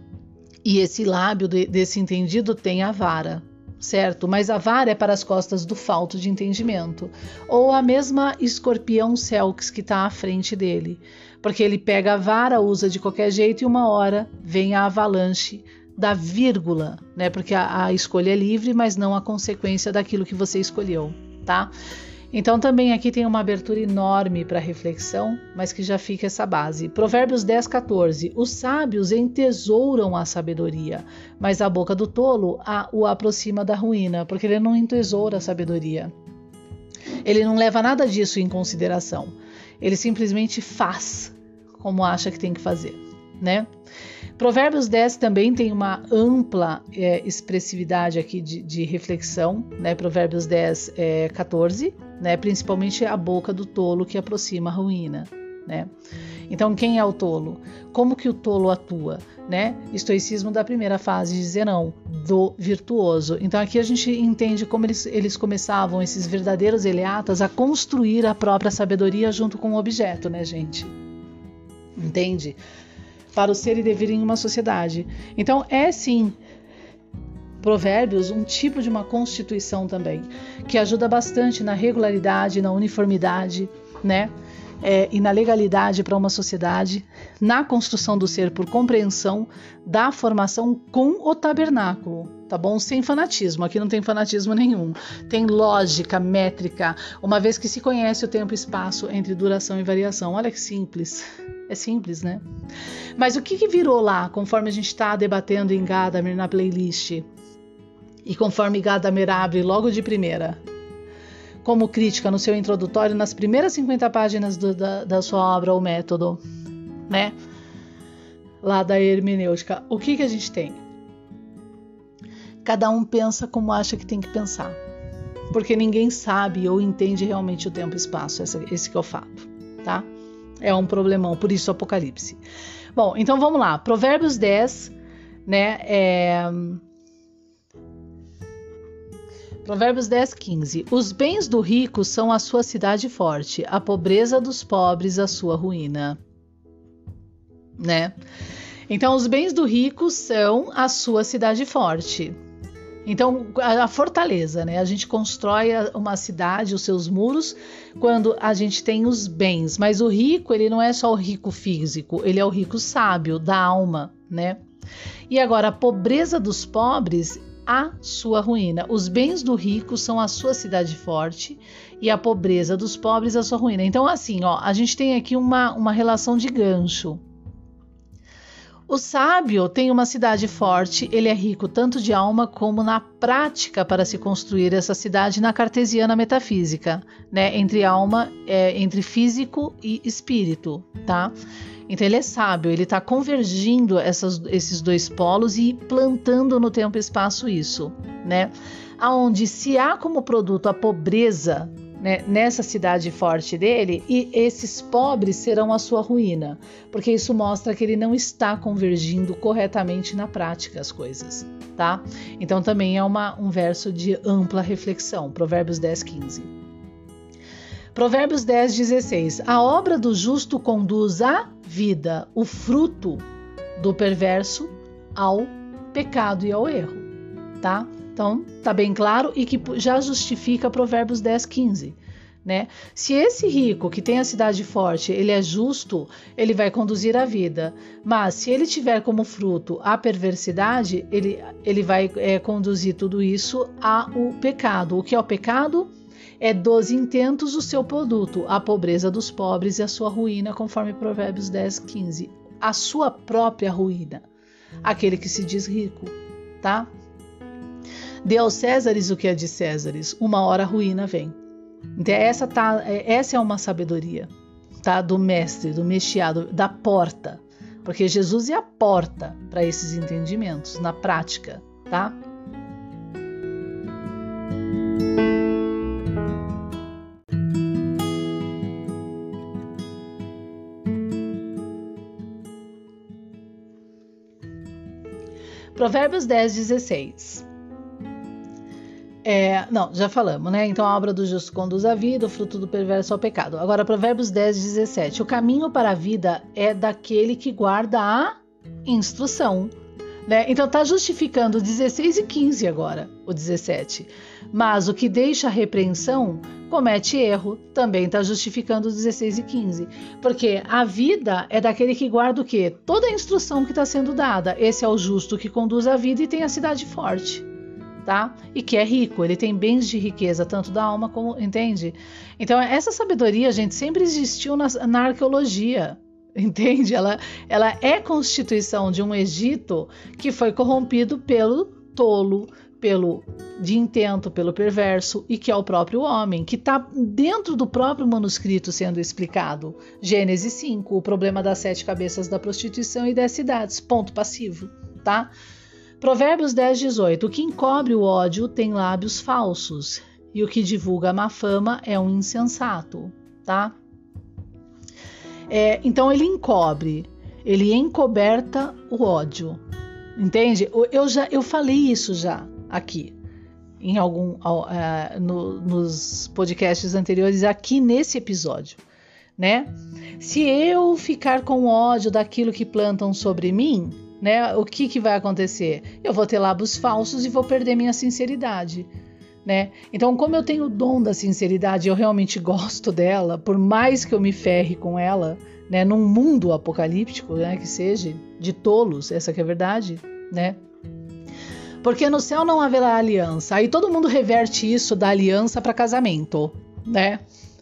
E esse lábio desse entendido tem a vara, certo? Mas a vara é para as costas do falto de entendimento. Ou a mesma escorpião Celx que está à frente dele. Porque ele pega a vara, usa de qualquer jeito e uma hora vem a avalanche da vírgula, né? Porque a escolha é livre, mas não a consequência daquilo que você escolheu, tá? Então também aqui tem uma abertura enorme para reflexão, mas que já fica essa base. Provérbios 10, 14. Os sábios entesouram a sabedoria, mas a boca do tolo o aproxima da ruína, porque ele não entesoura a sabedoria. Ele não leva nada disso em consideração. Ele simplesmente faz como acha que tem que fazer, né? Provérbios 10 também tem uma ampla expressividade aqui de reflexão, né? Provérbios 10, 14, né? Principalmente a boca do tolo que aproxima a ruína, né? Então, quem é o tolo? Como que o tolo atua, né? Estoicismo da primeira fase de Zenão, do virtuoso. Então, aqui a gente entende como eles começavam, esses verdadeiros eleatas, a construir a própria sabedoria junto com o objeto, né, gente? Entende? Para o ser e dever em uma sociedade. Então, sim, Provérbios, um tipo de uma constituição também, que ajuda bastante na regularidade, na uniformidade, né? E na legalidade para uma sociedade, na construção do ser por compreensão da formação com o tabernáculo, tá bom? Sem fanatismo, aqui não tem fanatismo nenhum, tem lógica, métrica, uma vez que se conhece o tempo e espaço entre duração e variação. Olha que simples, é simples, né? Mas o que virou lá, conforme a gente está debatendo em Gadamer na playlist, e conforme Gadamer abre logo de primeira, como crítica no seu introdutório, nas primeiras 50 páginas da sua obra, O Método, né? Lá da hermenêutica. O que a gente tem? Cada um pensa como acha que tem que pensar. Porque ninguém sabe ou entende realmente o tempo e espaço. Esse que é o fato, tá? É um problemão, por isso o Apocalipse. Bom, então vamos lá. Provérbios 10, né? Provérbios 10, 15. Os bens do rico são a sua cidade forte, a pobreza dos pobres a sua ruína. Né? Então, os bens do rico são a sua cidade forte. Então, a fortaleza, né? A gente constrói uma cidade, os seus muros, quando a gente tem os bens. Mas o rico, ele não é só o rico físico, ele é o rico sábio, da alma, né? E agora, a pobreza dos pobres, a sua ruína. Os bens do rico são a sua cidade forte e a pobreza dos pobres a sua ruína. Então, assim, ó, a gente tem aqui uma relação de gancho. O sábio tem uma cidade forte, ele é rico tanto de alma como na prática para se construir essa cidade na cartesiana metafísica, né? Entre físico e espírito, tá? Então ele é sábio, ele está convergindo esses dois polos e plantando no tempo e espaço isso, né? Aonde se há como produto a pobreza, né, nessa cidade forte dele, e esses pobres serão a sua ruína, porque isso mostra que ele não está convergindo corretamente na prática as coisas, tá? Então também é um verso de ampla reflexão, Provérbios 10, 15. Provérbios 10, 16. A obra do justo conduz à vida, o fruto do perverso ao pecado e ao erro, tá? Então, tá bem claro e que já justifica Provérbios 10, 15, né? Se esse rico que tem a cidade forte, ele é justo, ele vai conduzir a vida. Mas se ele tiver como fruto a perversidade, ele vai conduzir tudo isso ao pecado. O que é o pecado? É dos intentos o seu produto, a pobreza dos pobres e a sua ruína, conforme Provérbios 10, 15. A sua própria ruína, aquele que se diz rico, tá? Dê aos Césares o que é de Césares, uma hora a ruína vem. Então essa é uma sabedoria, tá? Do mestre, do Meshiá, da porta, porque Jesus é a porta para esses entendimentos na prática, tá? Provérbios 10, 16. Já falamos, né? Então a obra do justo conduz à vida, o fruto do perverso ao pecado. Agora, Provérbios 10, 17. O caminho para a vida é daquele que guarda a instrução, né? Então está justificando 16 e 15 agora, o 17. Mas o que deixa a repreensão comete erro, também está justificando 16 e 15. Porque a vida é daquele que guarda o quê? Toda a instrução que está sendo dada. Esse é o justo que conduz a vida e tem a cidade forte. Tá? E que é rico, ele tem bens de riqueza, tanto da alma como, entende? Então, essa sabedoria, gente, sempre existiu na arqueologia, entende? Ela é constituição de um Egito que foi corrompido pelo tolo, de intento, pelo perverso, e que é o próprio homem, que está dentro do próprio manuscrito sendo explicado. Gênesis 5, o problema das 7 cabeças da prostituição e 10 cidades, ponto passivo, tá? Provérbios 10, 18. O que encobre o ódio tem lábios falsos, e o que divulga a má fama é um insensato, tá? Então ele encobre, ele encoberta o ódio, entende? Eu falei isso já aqui, nos podcasts anteriores, aqui nesse episódio, né? Se eu ficar com ódio daquilo que plantam sobre mim, né, o que vai acontecer? Eu vou ter lábios falsos e vou perder minha sinceridade, né? Então, como eu tenho o dom da sinceridade, eu realmente gosto dela, por mais que eu me ferre com ela, né, num mundo apocalíptico, né, que seja, de tolos, essa que é a verdade, né? Porque no céu não haverá aliança. Aí todo mundo reverte isso da aliança para casamento, né?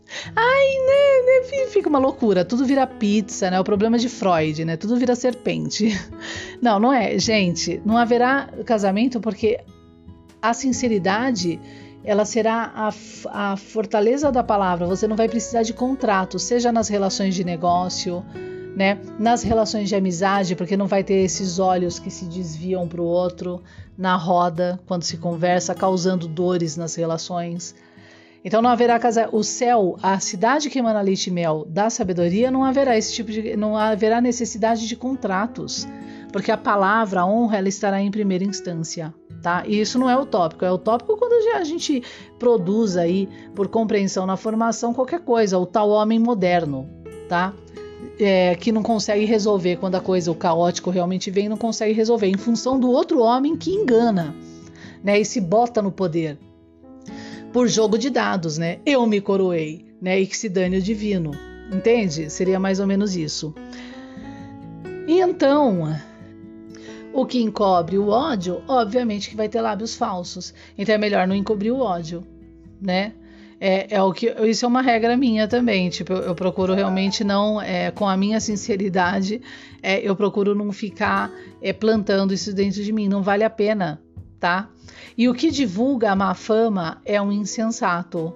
Ai, fica uma loucura, tudo vira pizza, né? O problema de Freud, né? Tudo vira serpente. Não é, gente, não haverá casamento porque a sinceridade, ela será a fortaleza da palavra. Você não vai precisar de contrato, seja nas relações de negócio, né? Nas relações de amizade, porque não vai ter esses olhos que se desviam para o outro na roda, quando se conversa, causando dores nas relações. Então não haverá o céu, a cidade que emana leite e mel da sabedoria, não haverá necessidade de contratos, porque a palavra, a honra, ela estará em primeira instância, tá? E isso não é utópico, é utópico quando a gente produz aí, por compreensão na formação, qualquer coisa, o tal homem moderno, tá? Que não consegue resolver quando o caótico realmente vem, não consegue resolver, em função do outro homem que engana, né? E se bota no poder. Por jogo de dados, né? Eu me coroei, né? E que se dane o divino, entende? Seria mais ou menos isso. E então, o que encobre o ódio, obviamente que vai ter lábios falsos. Então é melhor não encobrir o ódio, né? Isso é uma regra minha também. Tipo, eu procuro realmente não, com a minha sinceridade, eu procuro não ficar plantando isso dentro de mim. Não vale a pena, tá? E o que divulga a má fama é um insensato.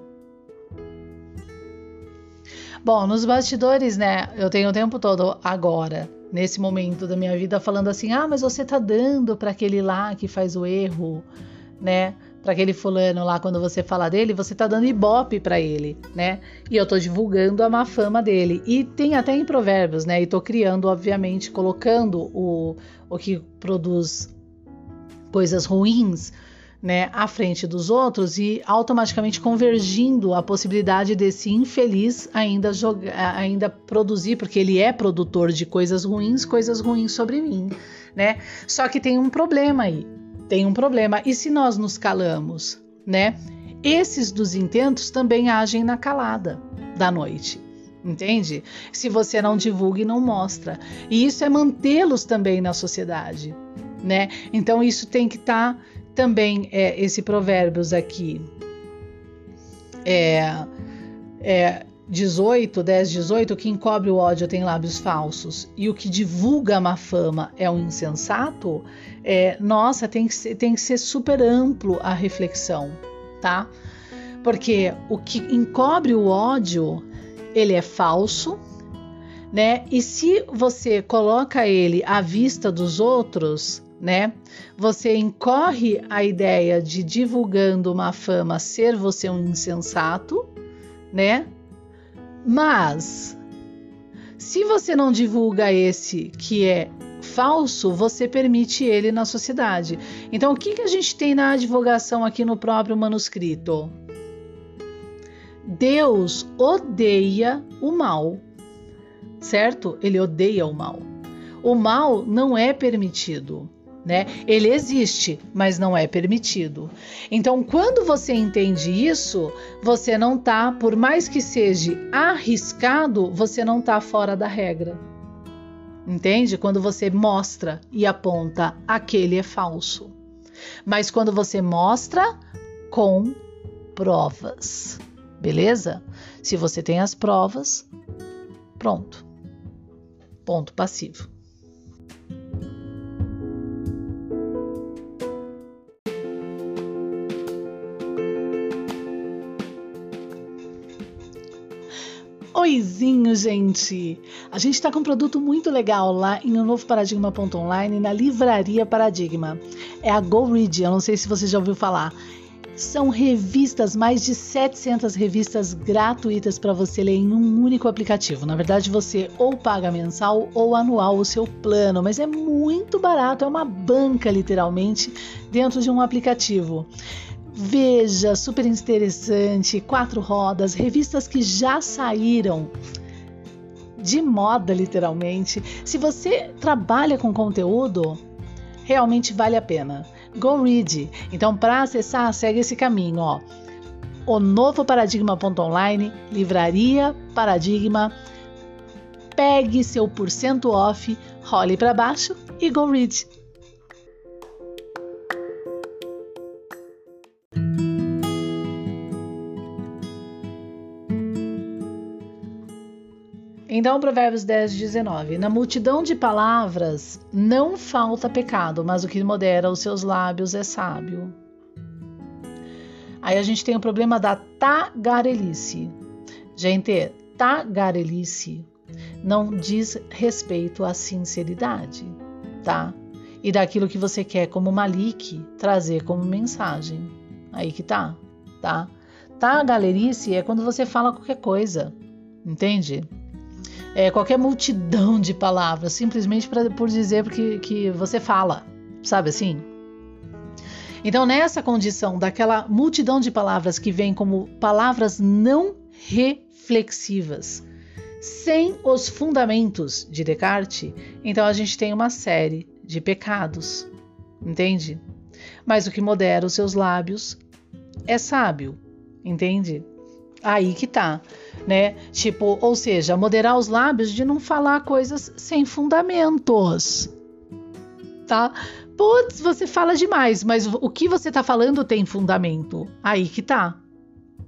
Bom, nos bastidores, né? Eu tenho o tempo todo agora, nesse momento da minha vida, falando assim: mas você tá dando para aquele lá que faz o erro, né? Para aquele fulano lá, quando você fala dele, você tá dando ibope para ele, né? E eu tô divulgando a má fama dele. E tem até em Provérbios, né? E tô criando, obviamente, colocando o que produz coisas ruins, né, à frente dos outros e automaticamente convergindo a possibilidade desse infeliz ainda produzir, porque ele é produtor de coisas ruins sobre mim, né? Só que tem um problema aí. E se nós nos calamos, né? Esses dos intentos também agem na calada da noite, entende? Se você não divulga e não mostra. E isso é mantê-los também na sociedade, né? Então isso tem que estar também, esse Provérbios aqui, 10:18, quem encobre o ódio tem lábios falsos, e o que divulga a má fama é um insensato. Nossa, tem que ser super amplo a reflexão, tá? Porque o que encobre o ódio, ele é falso, né? E se você coloca ele à vista dos outros, né? Você incorre a ideia de, divulgando uma fama, ser você um insensato, né? Mas se você não divulga esse que é falso, você permite ele na sociedade. Então, o que a gente tem na advogação aqui no próprio manuscrito? Deus odeia o mal, certo? Ele odeia o mal. O mal não é permitido, né? Ele existe, mas não é permitido. Então, quando você entende isso, você não tá, por mais que seja arriscado, você não tá fora da regra. Entende? Quando você mostra e aponta, aquele é falso. Mas quando você mostra com provas, beleza? Se você tem as provas, pronto. Ponto passivo. Oizinho, gente! A gente está com um produto muito legal lá em unovoparadigma.online, na Livraria Paradigma. É a Go Read, eu não sei se você já ouviu falar. São revistas, mais de 700 revistas gratuitas para você ler em um único aplicativo. Na verdade, você ou paga mensal ou anual o seu plano, mas é muito barato, é uma banca literalmente dentro de um aplicativo. Veja, super interessante, 4 rodas, revistas que já saíram de moda literalmente. Se você trabalha com conteúdo, realmente vale a pena. Go Read. Então, para acessar, segue esse caminho, ó. Unovoparadigma.online, Livraria Paradigma. Pegue seu % off, role para baixo e Go Read. Então, Provérbios 10:19. Na multidão de palavras não falta pecado, mas o que modera os seus lábios é sábio. Aí a gente tem o problema da tagarelice. Gente, tagarelice não diz respeito à sinceridade, tá? E daquilo que você quer como Malik trazer como mensagem. Aí que tá? Tagarelice é quando você fala qualquer coisa, entende? Qualquer multidão de palavras, simplesmente por dizer que você fala, sabe assim? Então, nessa condição daquela multidão de palavras que vem como palavras não reflexivas, sem os fundamentos de Descartes, então a gente tem uma série de pecados, entende? Mas o que modera os seus lábios é sábio, entende? Aí que tá, né? Tipo, ou seja, moderar os lábios de não falar coisas sem fundamentos, tá? Putz, você fala demais, mas o que você tá falando tem fundamento. Aí que tá.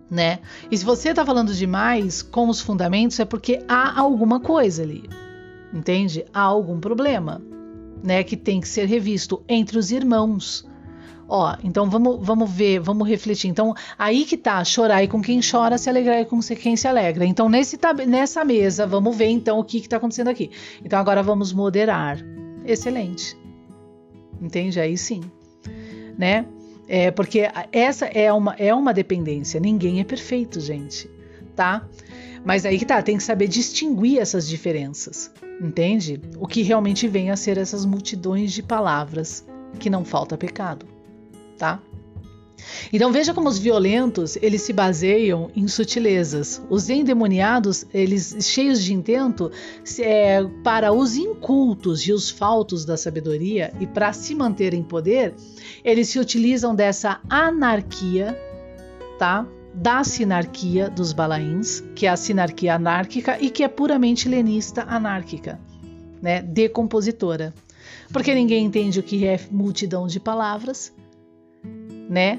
né? E se você está falando demais com os fundamentos, é porque há alguma coisa ali, entende? Há algum problema, né? Que tem que ser revisto entre os irmãos. Ó, então vamos ver, vamos refletir. Então, aí que tá, chorai com quem chora, se alegrai com quem se alegra. Então, nessa mesa, vamos ver então o que tá acontecendo aqui. Então, agora vamos moderar. Excelente. Entende? Aí sim, né? Porque essa é uma dependência. Ninguém é perfeito, gente, tá? Mas aí que tá, tem que saber distinguir essas diferenças, entende? O que realmente vem a ser essas multidões de palavras que não falta pecado, tá? Então veja como os violentos, eles se baseiam em sutilezas. Os endemoniados, eles cheios de intento, para os incultos e os faltos da sabedoria e para se manter em poder, eles se utilizam dessa anarquia, tá? Da sinarquia dos Balaíns, que é a sinarquia anárquica e que é puramente helenista anárquica, né? Decompositora. Porque ninguém entende o que é multidão de palavras, né?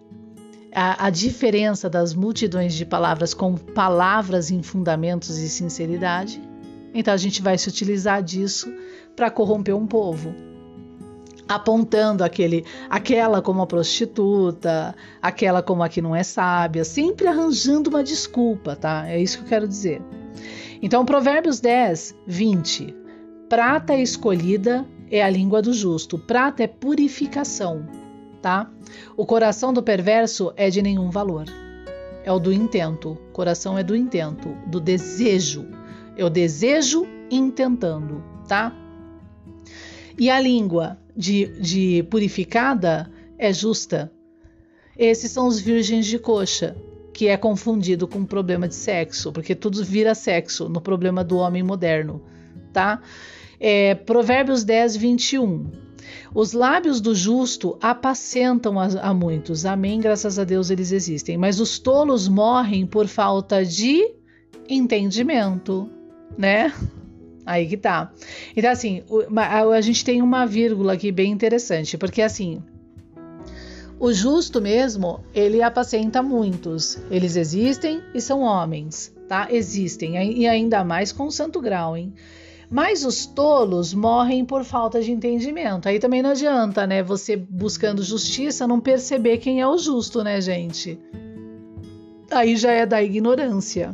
A diferença das multidões de palavras com palavras em fundamentos e sinceridade. Então a gente vai se utilizar disso para corromper um povo, apontando aquela como a prostituta, aquela como a que não é sábia, sempre arranjando uma desculpa, tá? É isso que eu quero dizer. Então Provérbios 10, 20. Prata escolhida é a língua do justo. Prata é purificação, tá? O coração do perverso é de nenhum valor. É o do intento. O coração é do intento, do desejo. Eu desejo intentando, tá? E a língua de purificada é justa. Esses são os virgens de coxa, que é confundido com problema de sexo, porque tudo vira sexo no problema do homem moderno, tá? Provérbios 10, 21. Os lábios do justo apacentam a muitos. Amém, graças a Deus eles existem. Mas os tolos morrem por falta de entendimento, né? Aí que tá. Então, assim, a gente tem uma vírgula aqui bem interessante, porque, assim, o justo mesmo, ele apacenta muitos. Eles existem e são homens, tá? Existem, e ainda mais com santo grau, hein? Mas os tolos morrem por falta de entendimento. Aí também não adianta, né? Você buscando justiça, não perceber quem é o justo, né, gente? Aí já é da ignorância.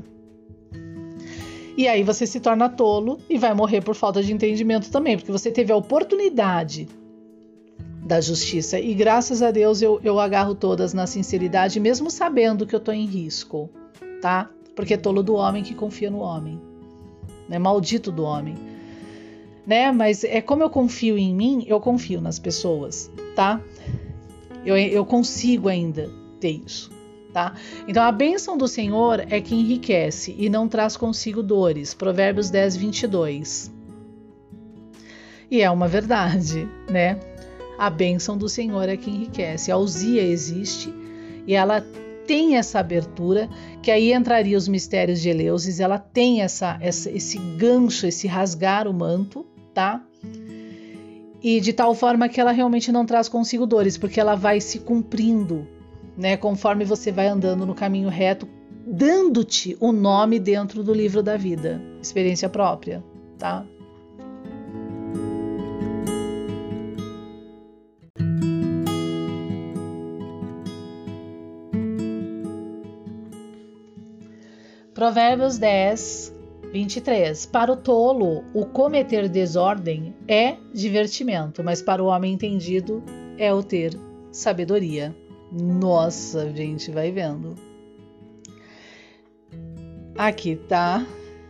E aí você se torna tolo e vai morrer por falta de entendimento também, porque você teve a oportunidade da justiça. E graças a Deus eu agarro todas na sinceridade, mesmo sabendo que eu tô em risco, tá? Porque é tolo do homem que confia no homem. Né? Maldito do homem, né? Mas é como eu confio em mim, eu confio nas pessoas, tá? Eu consigo ainda ter isso, tá? Então a bênção do Senhor é que enriquece e não traz consigo dores. Provérbios 10, 22. E é uma verdade, né? A bênção do Senhor é que enriquece. A ousia existe e ela tem essa abertura, que aí entraria os mistérios de Eleusis, ela tem esse gancho, esse rasgar o manto, tá? E de tal forma que ela realmente não traz consigo dores, porque ela vai se cumprindo, né? Conforme você vai andando no caminho reto, dando-te o nome dentro do livro da vida. Experiência própria, tá? Provérbios 10, 23. Para o tolo, o cometer desordem é divertimento, mas para o homem entendido é o ter sabedoria. Nossa, gente, vai vendo. Aqui tá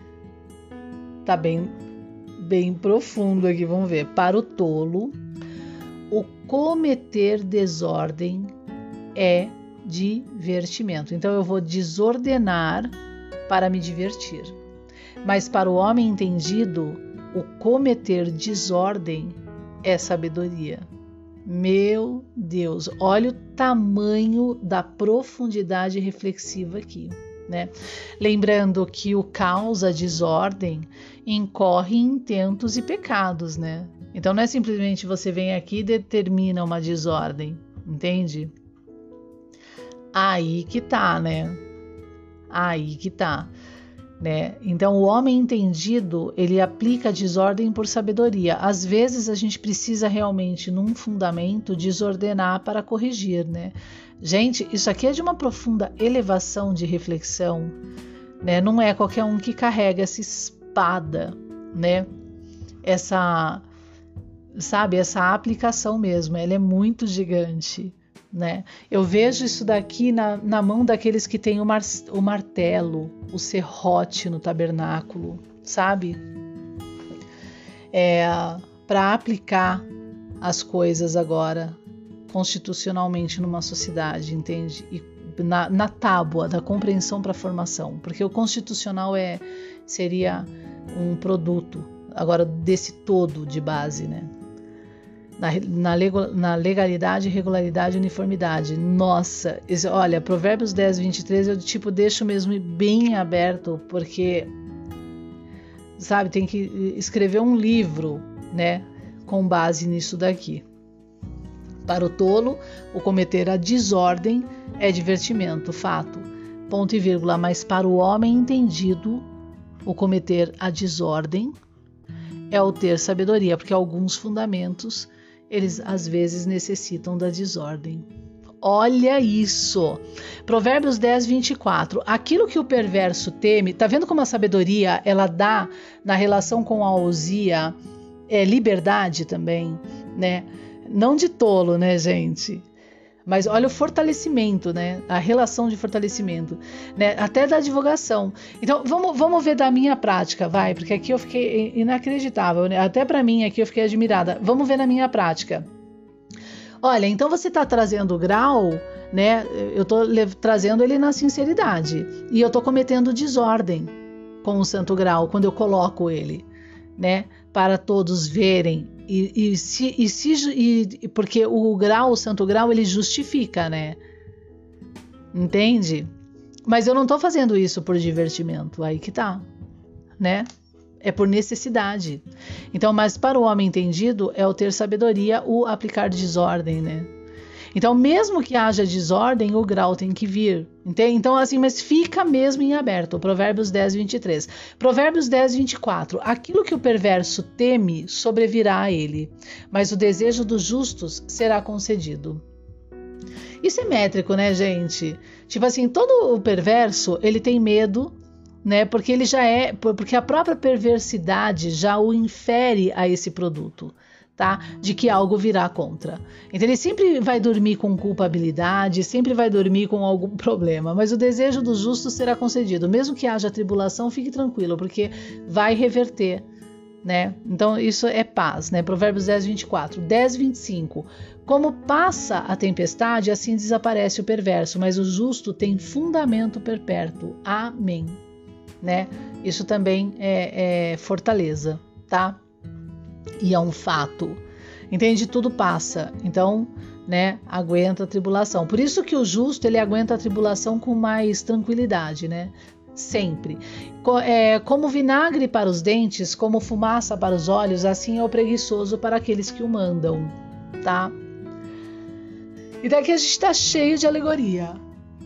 bem profundo aqui, vamos ver. Para o tolo, o cometer desordem é divertimento. Então eu vou desordenar para me divertir. Mas para o homem entendido, o cometer desordem é sabedoria. Meu Deus, olha o tamanho da profundidade reflexiva aqui, né? Lembrando que o caos, a desordem, incorre em intentos e pecados, né? Então não é simplesmente você vem aqui e determina uma desordem, entende? Aí que tá, né? Aí que tá, né? Então, o homem entendido, ele aplica a desordem por sabedoria. Às vezes, a gente precisa realmente, num fundamento, desordenar para corrigir, né? Gente, isso aqui é de uma profunda elevação de reflexão, né? Não é qualquer um que carrega essa espada, né? Essa aplicação mesmo, ela é muito gigante, né? Eu vejo isso daqui na mão daqueles que têm o martelo, o serrote no tabernáculo, sabe? Para aplicar as coisas agora constitucionalmente numa sociedade, entende? E na tábua da compreensão para a formação, porque o constitucional seria um produto agora desse todo de base, né? Na legalidade, regularidade e uniformidade. Nossa, olha, Provérbios 10, 23 eu deixo mesmo bem aberto, porque, sabe, tem que escrever um livro, né, com base nisso daqui. Para o tolo, o cometer a desordem é divertimento, fato, ponto e vírgula, mas para o homem entendido, o cometer a desordem é o ter sabedoria, porque alguns fundamentos eles às vezes necessitam da desordem. Olha isso! Provérbios 10, 24. Aquilo que o perverso teme, tá vendo como a sabedoria ela dá na relação com a ousia liberdade também, né? Não de tolo, né, gente? Mas olha o fortalecimento, né? A relação de fortalecimento, né? Até da divulgação. Então, vamos ver da minha prática, vai, porque aqui eu fiquei inacreditável, né? Até para mim aqui eu fiquei admirada. Vamos ver na minha prática. Olha, então você está trazendo o grau, né? Eu estou trazendo ele na sinceridade e eu estou cometendo desordem com o santo grau quando eu coloco ele, né? Para todos verem. Porque o santo grau, ele justifica, né? Entende? Mas eu não estou fazendo isso por divertimento, aí que tá, né? É por necessidade. Então, mas para o homem entendido, é o ter sabedoria, o aplicar desordem, né? Então, mesmo que haja desordem, o grau tem que vir. Entende? Então, assim, mas fica mesmo em aberto. Provérbios 10, 23. Provérbios 10, 24. Aquilo que o perverso teme sobrevirá a ele, mas o desejo dos justos será concedido. Isso é métrico, né, gente? Tipo assim, todo o perverso, ele tem medo, né? Porque ele porque a própria perversidade já o infere a esse produto. Tá? De que algo virá contra. Então ele sempre vai dormir com culpabilidade, sempre vai dormir com algum problema, mas o desejo dos justos será concedido. Mesmo que haja tribulação, fique tranquilo, porque vai reverter, né? Então isso é paz, né? Provérbios 10, 24. 10, 25. Como passa a tempestade, assim desaparece o perverso, mas o justo tem fundamento perpétuo. Amém. Né? Isso também é fortaleza, tá? E é um fato, entende? Tudo passa, então, né, aguenta a tribulação. Por isso que o justo, ele aguenta a tribulação com mais tranquilidade, né? Sempre. Como vinagre para os dentes, como fumaça para os olhos, assim é o preguiçoso para aqueles que o mandam, tá? E daqui a gente está cheio de alegoria,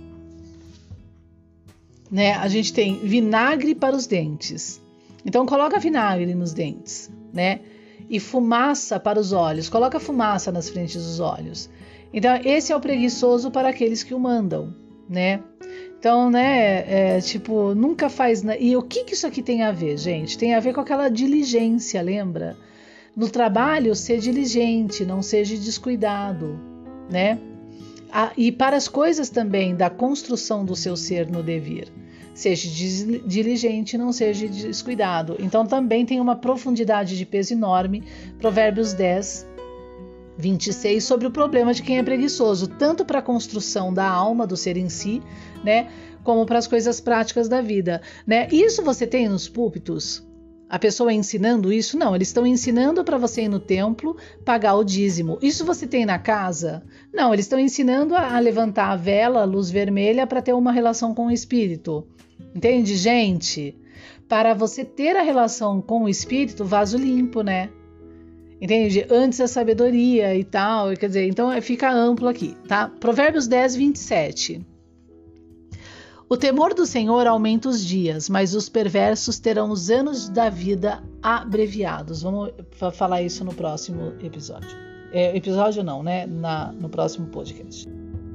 né? A gente tem vinagre para os dentes. Então, coloca vinagre nos dentes, né? E fumaça para os olhos. Coloca fumaça nas frentes dos olhos. Então, esse é o preguiçoso para aqueles que o mandam, né? Então, né, tipo, nunca faz... E o que isso aqui tem a ver, gente? Tem a ver com aquela diligência, lembra? No trabalho, ser diligente, não seja descuidado, né? E para as coisas também da construção do seu ser no devir. Seja diligente, não seja descuidado. Então também tem uma profundidade de peso enorme, Provérbios 10, 26, sobre o problema de quem é preguiçoso, tanto para a construção da alma, do ser em si, né, como para as coisas práticas da vida, né? Isso você tem nos púlpitos? A pessoa ensinando isso? Não, eles estão ensinando para você ir no templo, pagar o dízimo. Isso você tem na casa? Não, eles estão ensinando a levantar a vela, a luz vermelha, para ter uma relação com o Espírito. Entende, gente? Para você ter a relação com o Espírito, vaso limpo, né? Entende? Antes a sabedoria e tal, quer dizer, então fica amplo aqui, tá? Provérbios 10, 27. O temor do Senhor aumenta os dias, mas os perversos terão os anos da vida abreviados. Vamos falar isso no próximo episódio. Episódio não, né? No próximo podcast.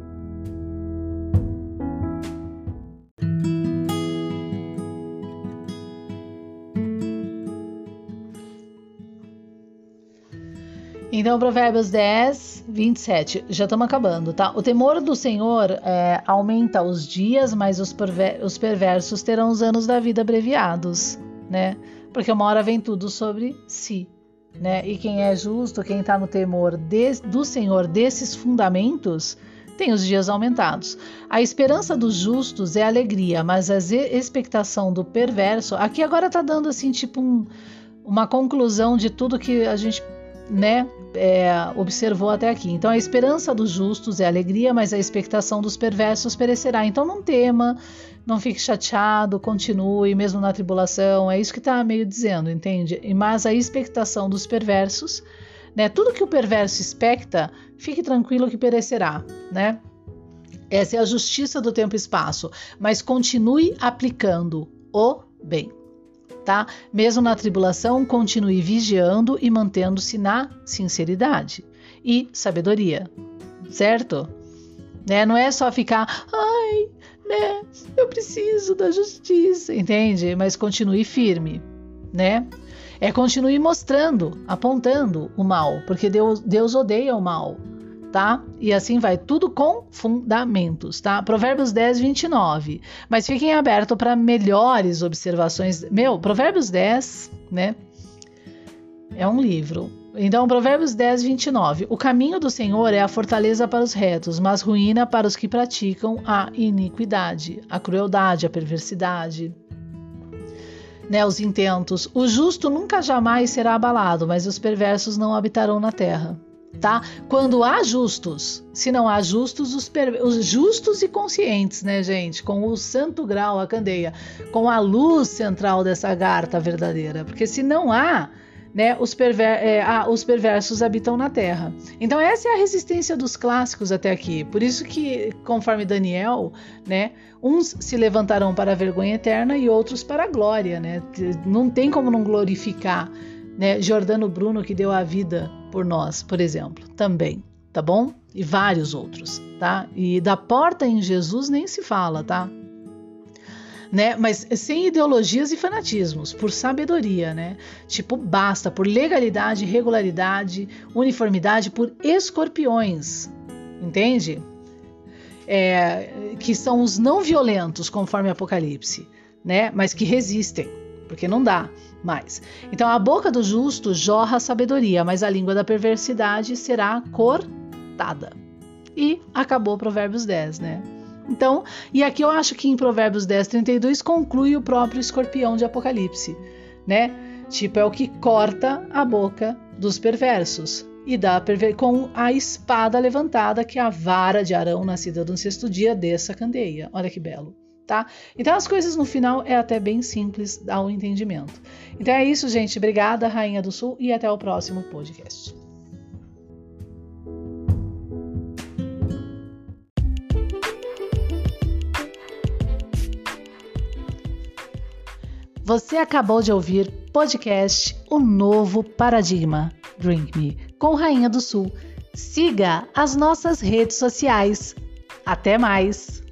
Então, Provérbios 10, 27. Já estamos acabando, tá? O temor do Senhor aumenta os dias, mas os perversos terão os anos da vida abreviados, né? Porque uma hora vem tudo sobre si, né? E quem é justo, quem está no temor do Senhor, desses fundamentos, tem os dias aumentados. A esperança dos justos é alegria, mas a expectação do perverso... Aqui agora está dando assim, tipo uma conclusão de tudo que a gente... né, observou até aqui. Então a esperança dos justos é alegria, mas a expectação dos perversos perecerá. Então não tema, não fique chateado, continue mesmo na tribulação. É isso que está meio dizendo, entende? Mas a expectação dos perversos, né, tudo que o perverso expecta, fique tranquilo que perecerá, né? Essa é a justiça do tempo e espaço, mas continue aplicando o bem. Tá? Mesmo na tribulação, continue vigiando e mantendo-se na sinceridade e sabedoria, certo? Né? Não é só ficar, né? Eu preciso da justiça, entende? Mas continue firme, né? Continue mostrando, apontando o mal, porque Deus odeia o mal, tá? E assim vai, tudo com fundamentos, tá? Provérbios 10, 29. Mas fiquem abertos para melhores observações. Provérbios 10, né? É um livro. Então, Provérbios 10, 29. O caminho do Senhor é a fortaleza para os retos, mas ruína para os que praticam a iniquidade, a crueldade, a perversidade, né? Os intentos. O justo nunca jamais será abalado, mas os perversos não habitarão na terra. Tá? Quando há justos, se não há justos, os justos e conscientes, né, gente? Com o santo grau, a candeia, com a luz central dessa garta verdadeira. Porque se não há, né, os perversos habitam na terra. Então essa é a resistência dos clássicos até aqui. Por isso que, conforme Daniel, né, uns se levantarão para a vergonha eterna e outros para a glória, né? Não tem como não glorificar, né, Giordano Bruno, que deu a vida por nós, por exemplo, também, tá bom? E vários outros, tá? E da porta em Jesus nem se fala, tá? Né? Mas sem ideologias e fanatismos, por sabedoria, né? Tipo, basta, por legalidade, regularidade, uniformidade, por escorpiões, entende? Que são os não violentos, conforme Apocalipse, né? Mas que resistem, porque não dá mais. Então a boca do justo jorra sabedoria, mas a língua da perversidade será cortada. E acabou Provérbios 10, né? Então, e aqui eu acho que em Provérbios 10, 32 conclui o próprio escorpião de Apocalipse, né? Tipo, é o que corta a boca dos perversos e dá com a espada levantada, que é a vara de Arão, nascida no sexto dia, dessa candeia. Olha que belo. Tá? Então as coisas no final é até bem simples ao entendimento. Então é isso, gente. Obrigada, Rainha do Sul, e até o próximo podcast. Você acabou de ouvir podcast O Novo Paradigma, Drink Me, com Rainha do Sul. Siga as nossas redes sociais. Até mais!